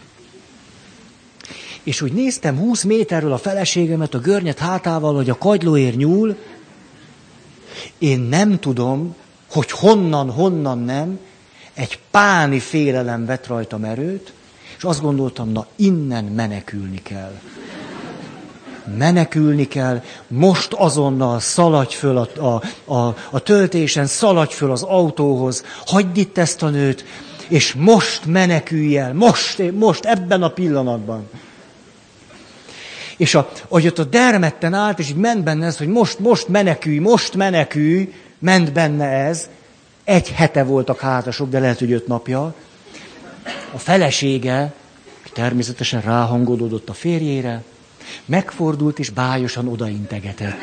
És úgy néztem 20 méterről a feleségemet a görnyed hátával, hogy a kagylóért nyúl, én nem tudom, hogy honnan nem, egy páni félelem vett rajtam erőt, és azt gondoltam, na innen menekülni kell. Menekülni kell, most azonnal szaladj föl a töltésen, szaladj föl az autóhoz, hagyd itt ezt a nőt, és most menekülj el, most ebben a pillanatban. És ahogy ott a dermedten állt, és így ment benne ez, hogy most menekülj, ment benne ez, 1 hete voltak házasok, de lehet, hogy 5 napja. A felesége természetesen ráhangolódott a férjére, megfordult és bájosan odaintegetett.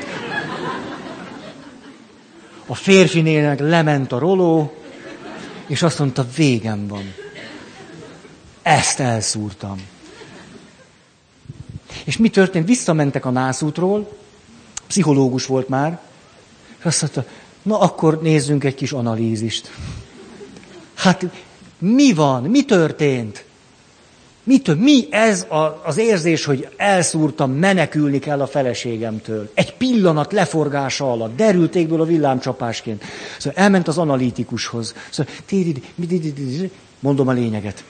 A férfinél lement a roló, és azt mondta, végem van. Ezt elszúrtam. És mi történt? Visszamentek a nászútról, pszichológus volt már, és azt mondta, na akkor nézzünk egy kis analízist. Hát mi van? Mi történt? Mi ez az érzés, hogy elszúrtam, menekülni kell a feleségemtől? Egy pillanat leforgása alatt, derültékből a villámcsapásként. Szóval elment az analitikushoz. Szóval, mondom a lényeget.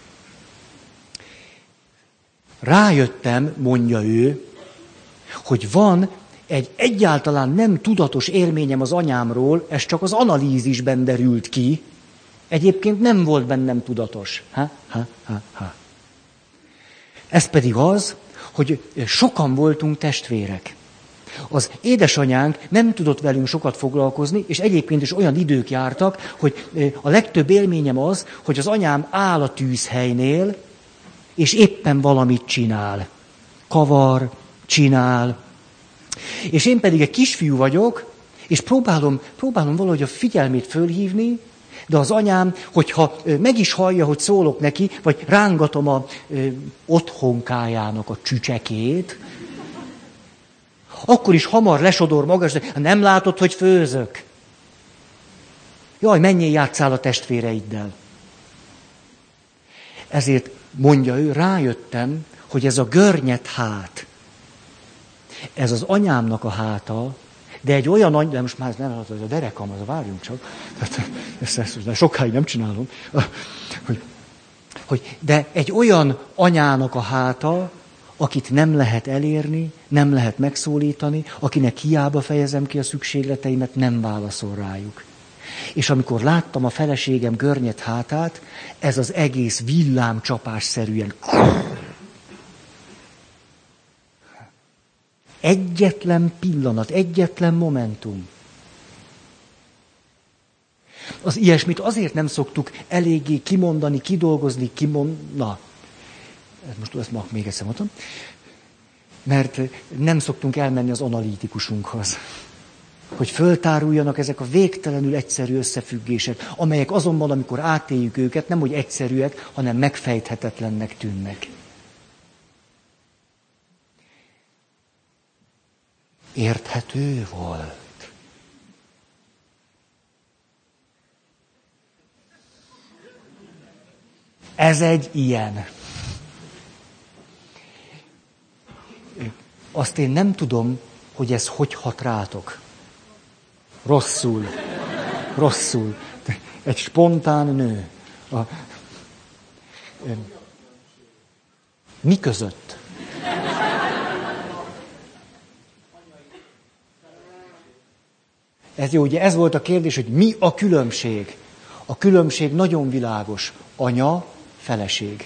Rájöttem, mondja ő, hogy van egy egyáltalán nem tudatos élményem az anyámról, ez csak az analízisben derült ki, egyébként nem volt bennem tudatos. Ez pedig az, hogy sokan voltunk testvérek. Az édesanyánk nem tudott velünk sokat foglalkozni, és egyébként is olyan idők jártak, hogy a legtöbb élményem az, hogy az anyám áll a tűzhelynél, és éppen valamit csinál. Kavar, csinál. És én pedig egy kisfiú vagyok, és próbálom valahogy a figyelmét fölhívni, de az anyám, hogyha meg is hallja, hogy szólok neki, vagy rángatom a otthonkájának a csücsekét, akkor is hamar lesodor maga, és nem látod, hogy főzök. Jaj, menjél, játsszál a testvéreiddel. Ezért mondja ő, rájöttem, hogy ez a görnyed hát, ez az anyámnak a háta, de egy olyan, de most már nem látod, hogy a derekam, az a várjunk csak, ezt sokáig nem csinálom, de egy olyan anyának a háta, akit nem lehet elérni, nem lehet megszólítani, akinek hiába fejezem ki a szükségleteimet, nem válaszol rájuk. És amikor láttam a feleségem görnyed hátát, ez az egész villámcsapásszerűen. Egyetlen pillanat, egyetlen momentum. Az ilyesmit azért nem szoktuk eléggé kimondani, kidolgozni, Na, most ezt még egyszer mondtam. Mert nem szoktunk elmenni az analitikusunkhoz. Hogy föltáruljanak ezek a végtelenül egyszerű összefüggések, amelyek azonban, amikor átéljük őket, nem hogy egyszerűek, hanem megfejthetetlennek tűnnek. Érthető volt. Ez egy ilyen. Azt én nem tudom, hogy ez hogy hat rátok. Rosszul. Egy spontán nő. Mi között? Ez jó, ugye ez volt a kérdés, hogy mi a különbség. A különbség nagyon világos. Anya, feleség.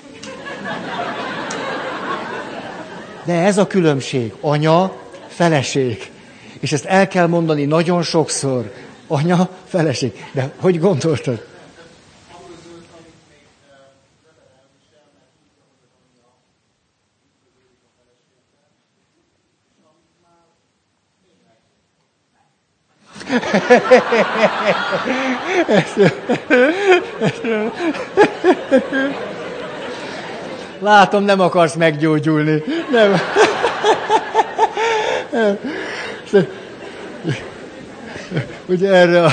De ez a különbség. Anya, feleség. És ezt el kell mondani nagyon sokszor. Anya, feleség. De hogy gondoltad? Látom, nem akarsz meggyógyulni. Nem. Ugye erre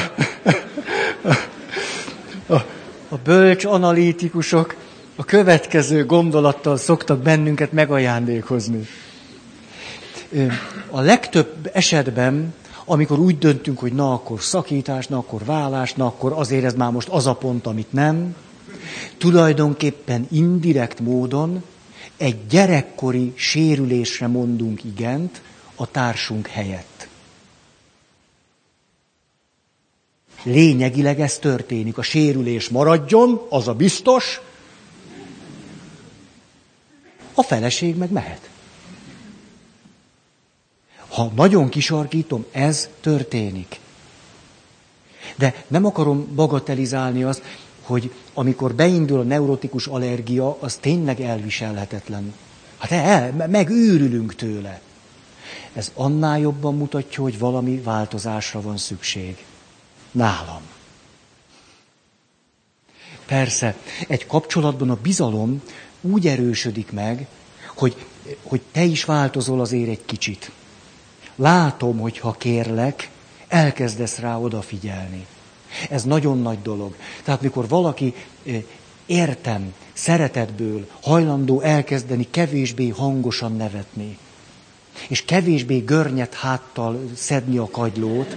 a bölcs analitikusok a következő gondolattal szoktak bennünket megajándékozni. A legtöbb esetben, amikor úgy döntünk, hogy na akkor szakítás, na akkor vállás, na akkor azért ez már most az a pont, amit nem, tulajdonképpen indirekt módon egy gyerekkori sérülésre mondunk igent a társunk helyett. Lényegileg ez történik. A sérülés maradjon, az a biztos, a feleség meg mehet. Ha nagyon kisarkítom, ez történik. De nem akarom bagatelizálni azt, hogy amikor beindul a neurotikus allergia, az tényleg elviselhetetlen. Hát megőrülünk tőle. Ez annál jobban mutatja, hogy valami változásra van szükség. Nálam. Persze, egy kapcsolatban a bizalom úgy erősödik meg, hogy te is változol azért egy kicsit. Látom, hogy ha kérlek, elkezdesz rá odafigyelni. Ez nagyon nagy dolog. Tehát mikor valaki értem, szeretetből hajlandó elkezdeni kevésbé hangosan nevetni, és kevésbé görnyet háttal szedni a kagylót,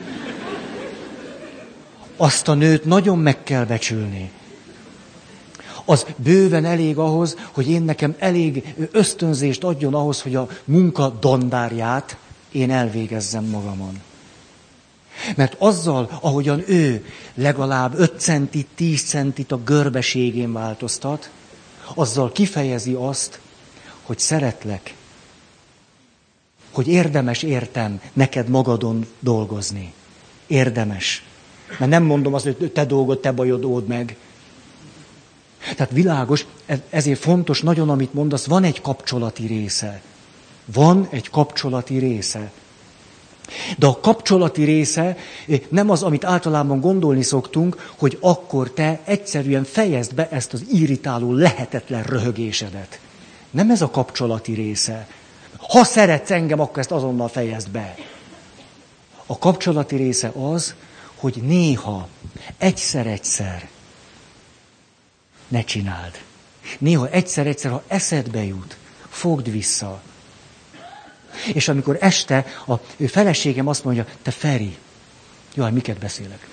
azt a nőt nagyon meg kell becsülni. Az bőven elég ahhoz, hogy én nekem elég ösztönzést adjon ahhoz, hogy a munka dandárját én elvégezzem magamon. Mert azzal, ahogyan ő legalább 5 centit, 10 centit a görbeségén változtat, azzal kifejezi azt, hogy szeretlek, hogy érdemes értem neked magadon dolgozni. Érdemes. Mert nem mondom azt, hogy te dolgod, te bajod, old meg. Tehát világos, ezért fontos nagyon, amit mondasz, van egy kapcsolati része. Van egy kapcsolati része. De a kapcsolati része nem az, amit általában gondolni szoktunk, hogy akkor te egyszerűen fejezd be ezt az irritáló, lehetetlen röhögésedet. Nem ez a kapcsolati része. Ha szeretsz engem, akkor ezt azonnal fejezd be. A kapcsolati része az, hogy néha, egyszer-egyszer ne csináld. Néha egyszer-egyszer, ha eszedbe jut, fogd vissza. És amikor este a feleségem azt mondja, te Feri, jaj, miket beszélek?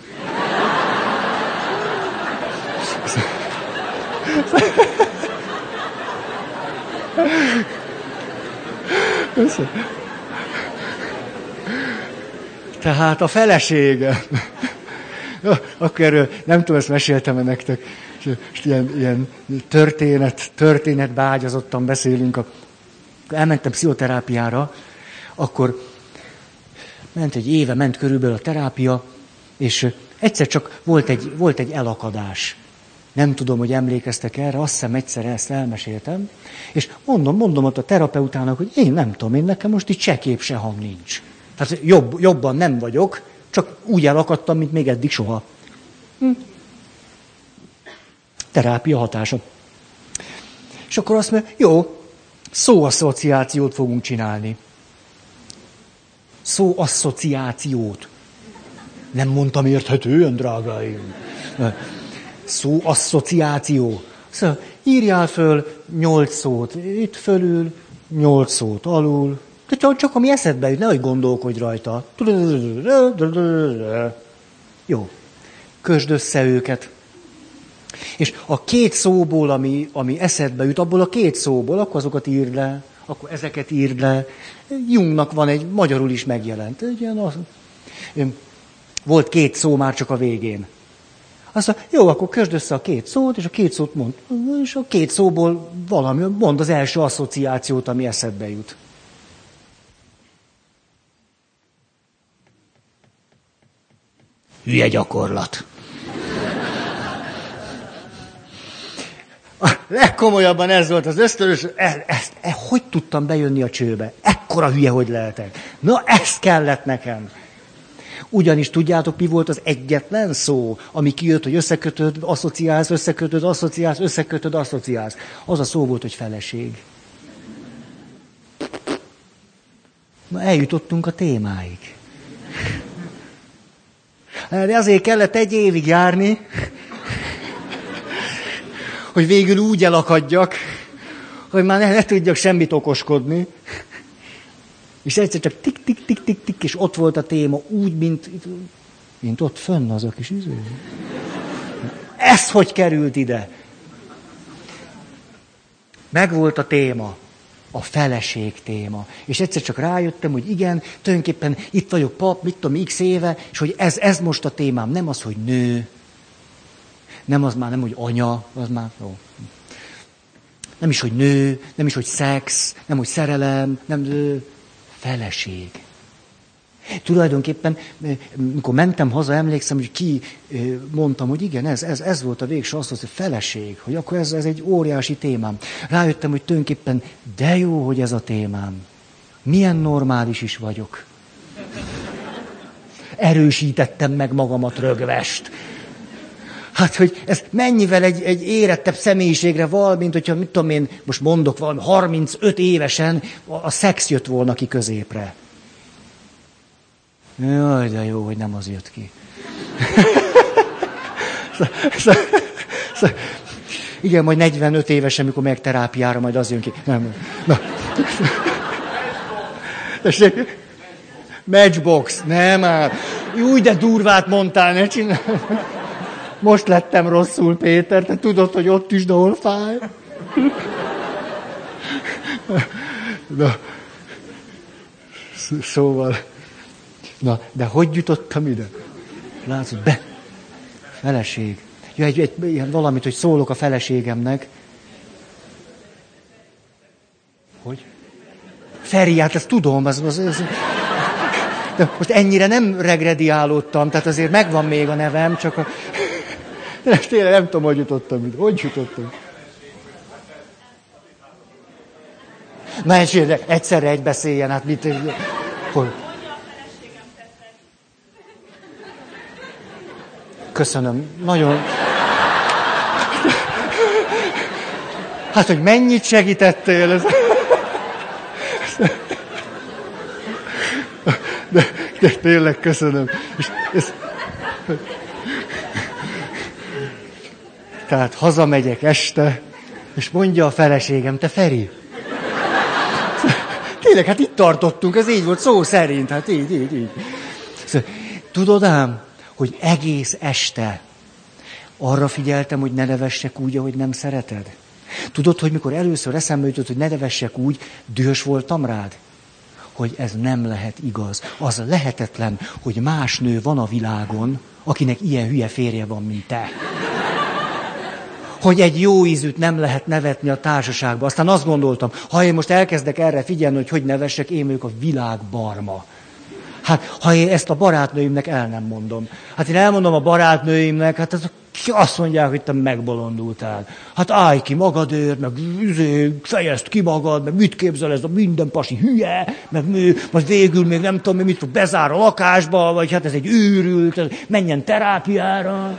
Tehát a feleségem. Akkor erről nem tudom, ezt meséltem-e nektek. És ilyen történetbe ágyazottan beszélünk. Elmentem pszichoterápiára, akkor ment egy éve, ment körülbelül a terápia, és egyszer csak volt egy elakadás. Nem tudom, hogy emlékeztek erre, azt hiszem egyszer ezt elmeséltem, és mondom ott a terapeutának, hogy én nem tudom, én nekem most itt se kép, se hang nincs. Tehát jobban nem vagyok, csak úgy elakadtam, mint még eddig soha. Terápia hatása. És akkor azt mondja, jó, szóasszociációt fogunk csinálni. Szóasszociációt. Nem mondtam érthetően, drágáim. Szóasszociáció. Szóval írjál föl 8 szót itt fölül, 8 szót alul, de csak ami eszedbe jut, nehogy gondolkodj rajta. Jó, kösd össze őket. És a 2 szóból, ami eszedbe jut, abból a 2 szóból, akkor azokat írd le, akkor ezeket írd le. Jungnak van egy, magyarul is megjelent. Volt 2 szó már csak a végén. Azt mondja, jó, akkor kösd össze a 2 szót, és a 2 szót mond. És a 2 szóból valami, mond az első asszociációt, ami eszedbe jut. Hülye gyakorlat. Legkomolyabban ez volt az ösztönös, hogy tudtam bejönni a csőbe? Ekkora hülye, hogy lehetek. Na, ez kellett nekem. Ugyanis tudjátok, mi volt az egyetlen szó, ami kijött, hogy összekötöd, asszociálsz, összekötöd, asszociálsz, összekötöd, asszociálsz. Az a szó volt, hogy feleség. Na, eljutottunk a témáig. De azért kellett 1 évig járni, hogy végül úgy elakadjak, hogy már ne tudjak semmit okoskodni. És egyszer csak tik, és ott volt a téma, úgy, mint ott fönn az a kis izé. Ez hogy került ide? Megvolt a téma, a feleség téma. És egyszer csak rájöttem, hogy igen, tulajdonképpen itt vagyok pap, mit tudom, x éve, és hogy ez most a témám, nem az, hogy nő, nem az már, nem, hogy anya, az már, jó. Nem is, hogy nő, nem is, hogy szex, nem, hogy szerelem, nem, feleség. Tulajdonképpen, mikor mentem haza, emlékszem, hogy mondtam, hogy igen, ez volt a végső, azt mondta, hogy feleség, hogy akkor ez egy óriási témám. Rájöttem, hogy tulajdonképpen de jó, hogy ez a témám. Milyen normális is vagyok. Erősítettem meg magamat rögvest. Hát, hogy ez mennyivel egy érettebb személyiségre val, mint hogyha, mit tudom én, most mondok valami, 35 évesen a szex jött volna ki középre. Jaj, de jó, hogy nem az jött ki. Igen, majd 45 évesen, mikor meg terápiára, majd az jön ki. Nem. Na. Matchbox, nem már. Úgy, de durvát mondtál, ne csinálj. Most lettem rosszul, Péter, te tudod, hogy ott is, ahol fáj. Na. Szóval... Na, de hogy jutottam ide? Látszod, feleség. Ja, ilyen valamit, hogy szólok a feleségemnek. Hogy? Feri, hát ezt tudom. De most ennyire nem regrediálódtam, tehát azért megvan még a nevem, csak a... De tényleg nem tudom, hogy jutottam ide. Hogy jutottam? Na, egyszerre egy beszéljen, hát mit... Hogy? Köszönöm. Nagyon... Hát, hogy mennyit segítettél. Ez... De tényleg köszönöm. És ez... Tehát hazamegyek este, és mondja a feleségem, te Feri. Tényleg, hát itt tartottunk, ez így volt, szó szerint, hát így. Tudod ám, hogy egész este arra figyeltem, hogy ne nevessek úgy, ahogy nem szereted? Tudod, hogy mikor először eszembe jutott, hogy ne nevessek úgy, dühös voltam rád? Hogy ez nem lehet igaz. Az lehetetlen, hogy más nő van a világon, akinek ilyen hülye férje van, mint te. Hogy egy jó ízűt nem lehet nevetni a társaságba. Aztán azt gondoltam, ha én most elkezdek erre figyelni, hogy nevessek, én vagyok a világ barma. Hát, ha én ezt a barátnőimnek el nem mondom. Hát én elmondom a barátnőimnek, hát azt mondják, hogy te megbolondultál. Hát állj ki magadért, meg fejezd ki magad, meg mit képzel ez a minden pasi hülye, meg majd végül még nem tudom, mit fog bezár a lakásba, vagy hát ez egy őrült, menjen terápiára.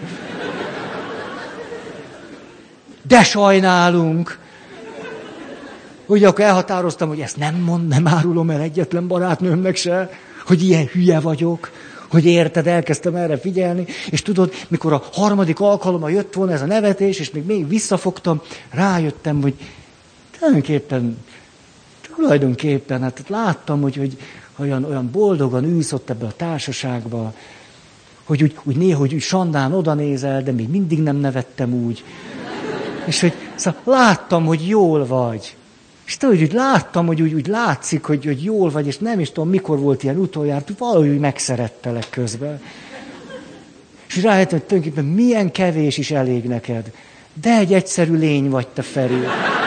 De sajnálunk. Ugye akkor elhatároztam, hogy ezt nem árulom el egyetlen barátnőmnek se, hogy ilyen hülye vagyok, hogy érted, elkezdtem erre figyelni, és tudod, mikor a 3. alkalommal jött volna ez a nevetés, és még visszafogtam, rájöttem, hogy tulajdonképpen, hát láttam, hogy olyan boldogan ülsz ott ebbe a társaságba, hogy úgy néha, hogy úgy sandán odanézel, de még mindig nem nevettem úgy. És hogy szóval láttam, hogy jól vagy. És tudod, hogy láttam, hogy úgy látszik, hogy jól vagy, és nem is tudom, mikor volt ilyen utoljára, valahogy megszerettelek közben. És rájöttem, hogy tulajdonképpen milyen kevés is elég neked. De egy egyszerű lény vagy, te Feri.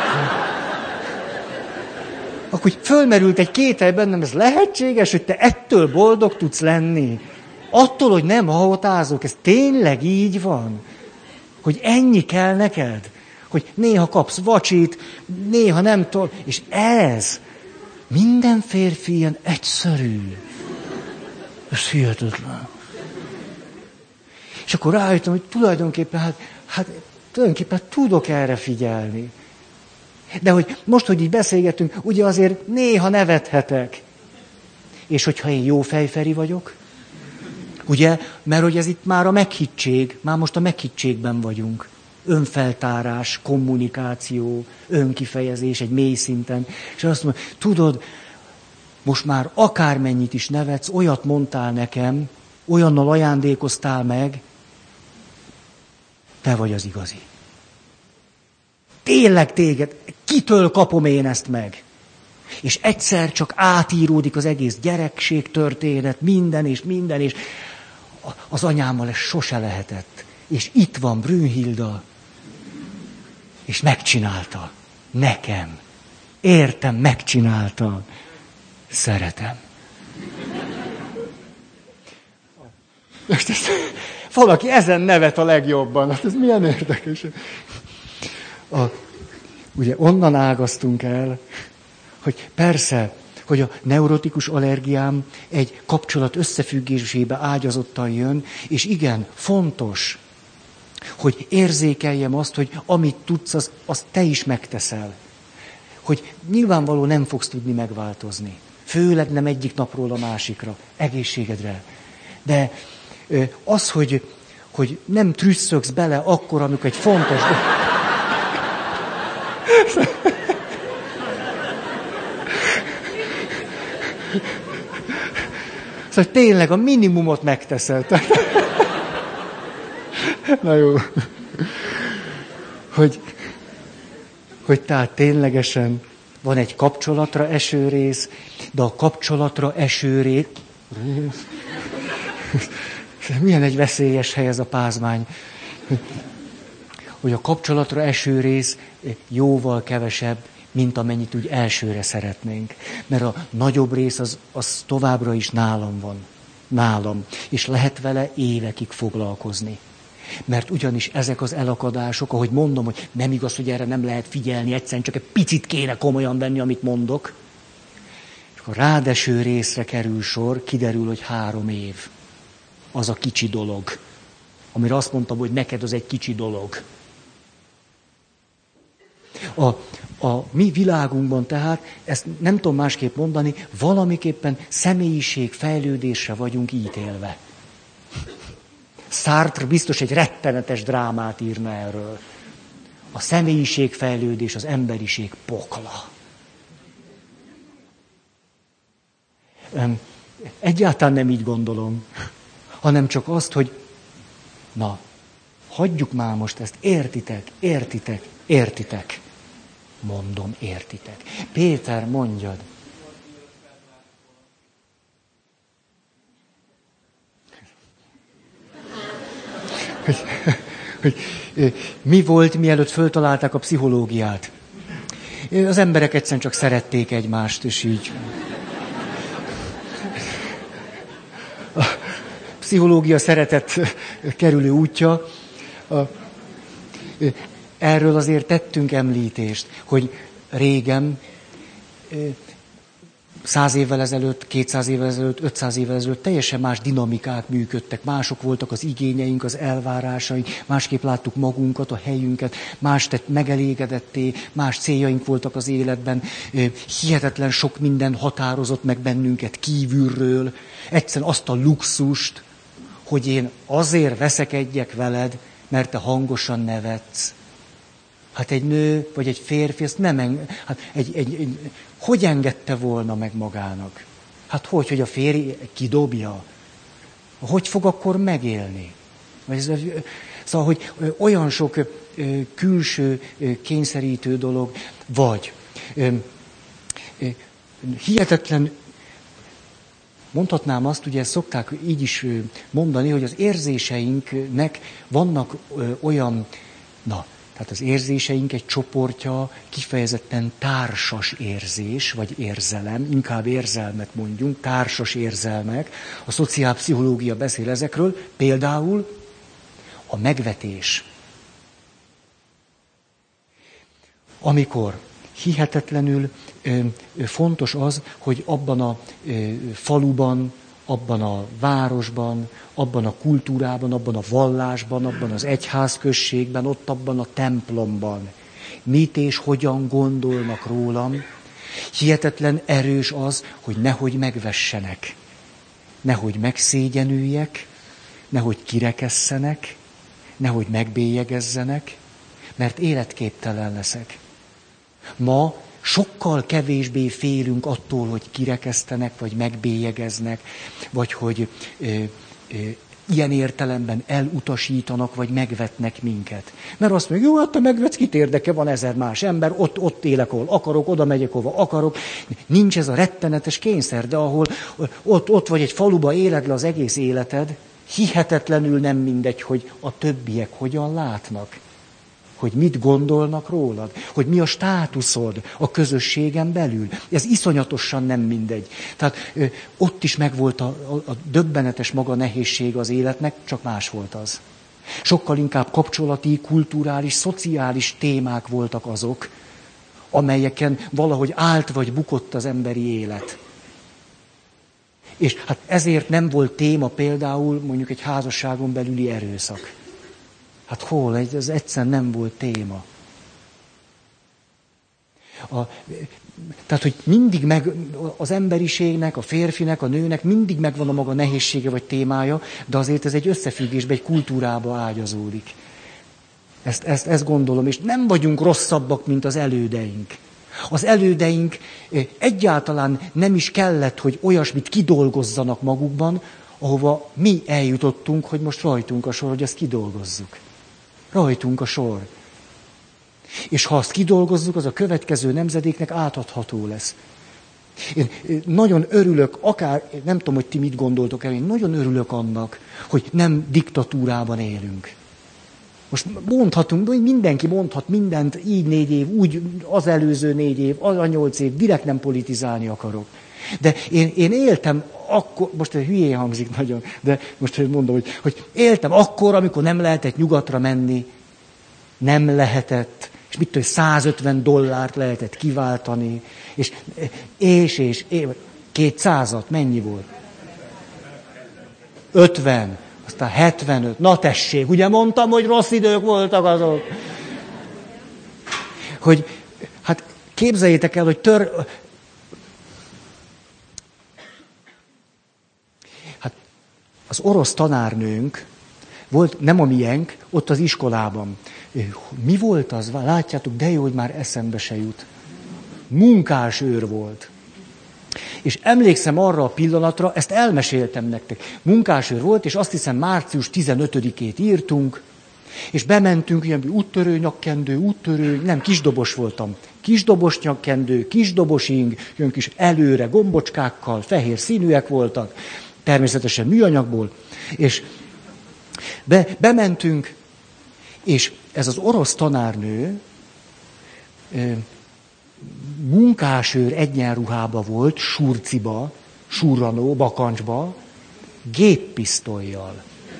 Akkor fölmerült egy kételj bennem, ez lehetséges, hogy te ettől boldog tudsz lenni? Attól, hogy nem hahotázok, ez tényleg így van? Hogy ennyi kell neked? Hogy néha kapsz vacsit, néha nem tudom, és ez minden férfi ilyen egyszerű. Ez hihetetlen. És akkor rájöttem, hogy tulajdonképpen, tulajdonképpen tudok erre figyelni. De hogy most, hogy így beszélgetünk, ugye azért néha nevethetek. És hogyha én jó fejferi vagyok, ugye, mert hogy ez itt már a meghittség, már most a meghittségben vagyunk. Önfeltárás, kommunikáció, önkifejezés egy mély szinten. És azt mondom, tudod, most már akármennyit is nevetsz, olyat mondtál nekem, olyannal ajándékoztál meg, te vagy az igazi. Tényleg téged, kitől kapom én ezt meg? És egyszer csak átíródik az egész gyerekség történet, minden, és az anyámmal ez sose lehetett. És itt van Brünnhilda, és megcsinálta. Nekem. Értem, megcsinálta. Szeretem. Most ezt, valaki ezen nevet a legjobban. Hát ez milyen érdekes. Ugye onnan ágaztunk el, hogy persze, hogy a neurotikus allergiám egy kapcsolat összefüggésébe ágyazottan jön, és igen, fontos, hogy érzékeljem azt, hogy amit tudsz, azt te is megteszel. Hogy nyilvánvaló nem fogsz tudni megváltozni. Főleg nem egyik napról a másikra, egészségedre. De az, hogy nem trüsszögsz bele akkor, amikor egy fontos... Szóval tényleg a minimumot megteszed. Na jó. Hogy tehát ténylegesen van egy kapcsolatra eső rész, de a kapcsolatra eső rész... Milyen egy veszélyes hely ez a pázmány. Hogy a kapcsolatra eső rész jóval kevesebb, mint amennyit úgy elsőre szeretnénk. Mert a nagyobb rész az továbbra is nálam van. Nálam. És lehet vele évekig foglalkozni. Mert ugyanis ezek az elakadások, ahogy mondom, hogy nem igaz, hogy erre nem lehet figyelni, egyszerűen csak egy picit kéne komolyan venni, amit mondok. És akkor rádeső részre kerül sor, kiderül, hogy 3 év. Az a kicsi dolog. Amire azt mondtam, hogy neked az egy kicsi dolog. A mi világunkban tehát, ezt nem tudom másképp mondani, valamiképpen személyiségfejlődésre vagyunk ítélve. Sartre biztos egy rettenetes drámát írna erről. A személyiségfejlődés az emberiség pokla. Egyáltalán nem így gondolom, hanem csak azt, hogy na, hagyjuk már most ezt, értitek. Mondom, értitek. Péter, mondjad. Hogy mi volt, mielőtt föltalálták a pszichológiát? Az emberek egyszerűen csak szerették egymást, és így. A pszichológia szeretet kerülő útja. Erről azért tettünk említést, hogy régen, 100 évvel ezelőtt, 200 évvel ezelőtt, 500 évvel ezelőtt teljesen más dinamikák működtek, mások voltak az igényeink, az elvárásaink, másképp láttuk magunkat, a helyünket, más tett megelégedetté, más céljaink voltak az életben, hihetetlen sok minden határozott meg bennünket kívülről, egyszerűen azt a luxust, hogy én azért veszekedjek veled, mert te hangosan nevetsz. Hát egy nő, vagy egy férfi, ezt nem hogy engedte volna meg magának? Hát hogy a férj kidobja? Hogy fog akkor megélni? Szóval, hogy olyan sok külső kényszerítő dolog, vagy hihetetlen, mondhatnám azt, ugye szokták így is mondani, hogy az érzéseinknek vannak olyan, tehát az érzéseink egy csoportja kifejezetten társas érzés, vagy érzelem, inkább érzelmet mondjunk, társas érzelmek. A szociálpszichológia beszél ezekről, például a megvetés. Amikor hihetetlenül fontos az, hogy abban a faluban, abban a városban, abban a kultúrában, abban a vallásban, abban az egyházközségben, ott abban a templomban. Mit és hogyan gondolnak rólam. Hihetetlen erős az, hogy nehogy megvessenek, nehogy megszégyenüljek, nehogy kirekesszenek, nehogy megbélyegezzenek, mert életképtelen leszek. Ma sokkal kevésbé félünk attól, hogy kirekesztenek, vagy megbélyegeznek, vagy hogy ilyen értelemben elutasítanak, vagy megvetnek minket. Mert azt mondjuk, jó, hát te megvetsz, kit érdeke, van 1000 más ember, ott élek, ahol akarok, oda megyek, hova akarok. Nincs ez a rettenetes kényszer, de ahol ott vagy egy faluba éled le az egész életed, hihetetlenül nem mindegy, hogy a többiek hogyan látnak. Hogy mit gondolnak rólad, hogy mi a státuszod a közösségen belül. Ez iszonyatosan nem mindegy. Tehát ott is megvolt a döbbenetes maga nehézség az életnek, csak más volt az. Sokkal inkább kapcsolati, kulturális, szociális témák voltak azok, amelyeken valahogy állt vagy bukott az emberi élet. És hát ezért nem volt téma például mondjuk egy házasságon belüli erőszak. Hát hol? Ez egyszerűen nem volt téma. Tehát, hogy mindig az emberiségnek, a férfinek, a nőnek mindig megvan a maga nehézsége vagy témája, de azért ez egy összefüggésbe, egy kultúrába ágyazódik. Ezt gondolom, és nem vagyunk rosszabbak, mint az elődeink. Az elődeink egyáltalán nem is kellett, hogy olyasmit kidolgozzanak magukban, ahova mi eljutottunk, hogy most rajtunk a sor, hogy ezt kidolgozzuk. Rajtunk a sor. És ha azt kidolgozzuk, az a következő nemzedéknek átadható lesz. Én nagyon örülök, nem tudom, hogy ti mit gondoltok el, én nagyon örülök annak, hogy nem diktatúrában élünk. Most mondhatunk, mindenki mondhat mindent, így 4 év, úgy az előző 4 év, az a 8 év, direkt nem politizálni akarok. De én éltem akkor, most hülyén hangzik nagyon, de most mondom, hogy éltem akkor, amikor nem lehetett nyugatra menni, nem lehetett, és mit tudom, $150 lehetett kiváltani, és 200-at, mennyi volt? 50, aztán 75, na tessék, ugye mondtam, hogy rossz idők voltak azok. Hogy, hát képzeljétek el, hogy az orosz tanárnőnk volt, nem a miénk, ott az iskolában. Mi volt az? Látjátok, de jó, hogy már eszembe se jut. Munkásőr volt. És emlékszem arra a pillanatra, ezt elmeséltem nektek. Munkásőr volt, és azt hiszem március 15-ét írtunk, és bementünk, ilyen úttörő nyakkendő, nem, kisdobos voltam. Kisdobos nyakkendő, kisdobos ing, jön kis előre gombocskákkal, fehér színűek voltak, természetesen műanyagból, és bementünk, és ez az orosz tanárnő munkásőr egyenruhába volt, surciba, surranó, bakancsba, géppisztollyal.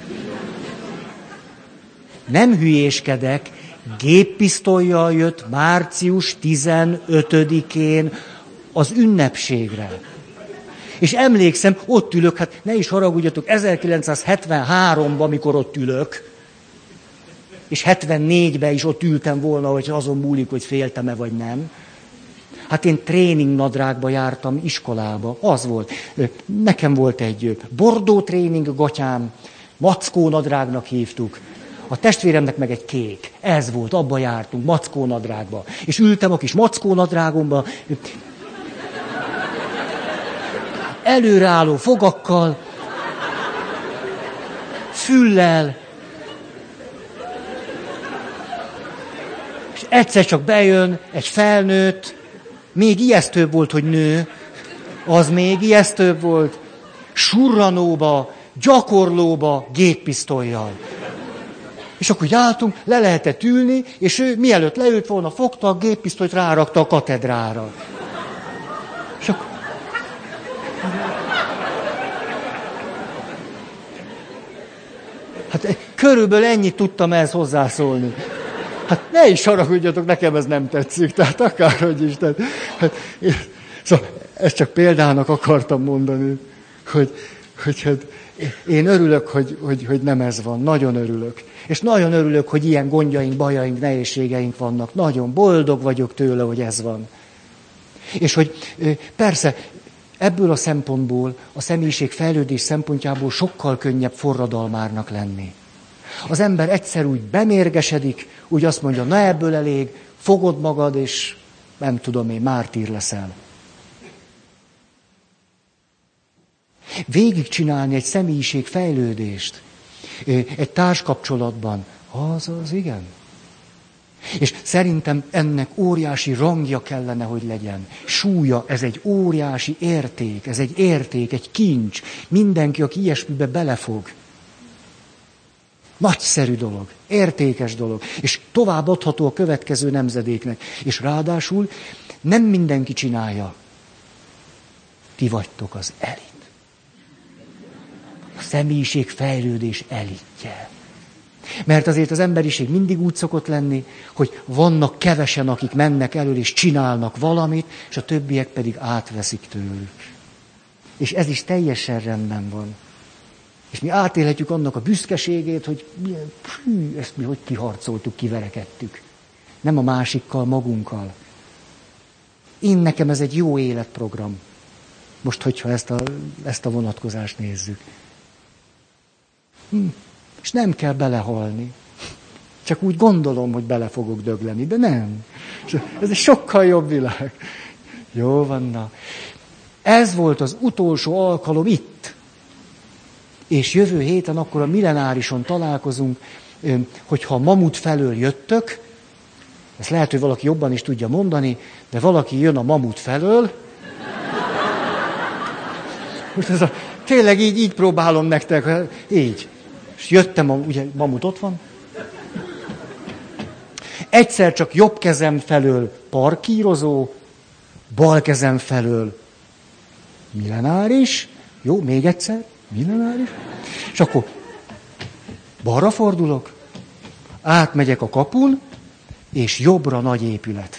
Nem hülyéskedek, géppisztollyal jött március 15-én az ünnepségre. És emlékszem, ott ülök, hát ne is haragudjatok, 1973-ban, amikor ott ülök, és 74-ben is ott ültem volna, hogy azon múlik, hogy féltem-e vagy nem. Hát én tréningnadrágba jártam iskolába, az volt. Nekem volt egy bordó tréning gatyám, mackónadrágnak hívtuk. A testvéremnek meg egy kék. Ez volt, abba jártunk, mackónadrágba. És ültem a kis mackónadrágomba, előreálló fogakkal, füllel, és egyszer csak bejön egy felnőtt, még ijesztőbb volt, hogy nő, az még ijesztőbb volt, surranóba, gyakorlóba, géppisztollyal. És akkor álltunk, le lehetett ülni, és ő mielőtt leült volna, fogta a géppisztolyt, rárakta a katedrára. És akkor... Hát körülbelül ennyit tudtam ehhez hozzászólni. Hát ne is haragudjatok, nekem ez nem tetszik, tehát akárhogy is. Szóval ezt csak példának akartam mondani, Úgyhogy én örülök, hogy nem ez van. Nagyon örülök. És nagyon örülök, hogy ilyen gondjaink, bajaink, nehézségeink vannak. Nagyon boldog vagyok tőle, hogy ez van. És hogy persze ebből a szempontból, a személyiség fejlődés szempontjából sokkal könnyebb forradalmárnak lenni. Az ember egyszer úgy bemérgesedik, úgy azt mondja, na ebből elég, fogod magad, és nem tudom én, mártír leszel. Végigcsinálni egy személyiség fejlődést, egy társkapcsolatban, az igen. És szerintem ennek óriási rangja kellene, hogy legyen. Súlya, ez egy óriási érték, ez egy érték, egy kincs. Mindenki, aki ilyesmibe belefog. Nagyszerű dolog, értékes dolog, és továbbadható a következő nemzedéknek. És ráadásul nem mindenki csinálja. Ti vagytok az elit. A személyiség fejlődés elitje. Mert azért az emberiség mindig úgy szokott lenni, hogy vannak kevesen, akik mennek elől és csinálnak valamit, és a többiek pedig átveszik tőlük. És ez is teljesen rendben van. És mi átélhetjük annak a büszkeségét, hogy ezt mi hogy kiharcoltuk, kiverekedtük. Nem a másikkal, magunkkal. Nekem ez egy jó életprogram. Most, hogyha ezt a vonatkozást nézzük. És nem kell belehalni. Csak úgy gondolom, hogy bele fogok dögleni, de nem. Ez egy sokkal jobb világ. Jó van, na. Ez volt az utolsó alkalom itt. És jövő héten akkor a millenárison találkozunk, hogyha a Mamut felől jöttök, ezt lehet, hogy valaki jobban is tudja mondani, de valaki jön a Mamut felől. Most tényleg így próbálom nektek, így. És jöttem, ugye Mamut ott van. Egyszer csak jobb kezem felől parkírozó, bal kezem felől millenáris. Jó, még egyszer, millenáris. És akkor balra fordulok, átmegyek a kapun, és jobbra nagy épület.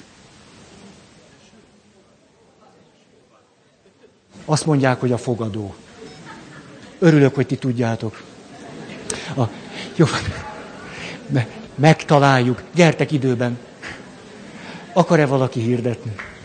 Azt mondják, hogy a fogadó. Örülök, hogy ti tudjátok. Jó, megtaláljuk. Gyertek időben. Akar-e valaki hirdetni?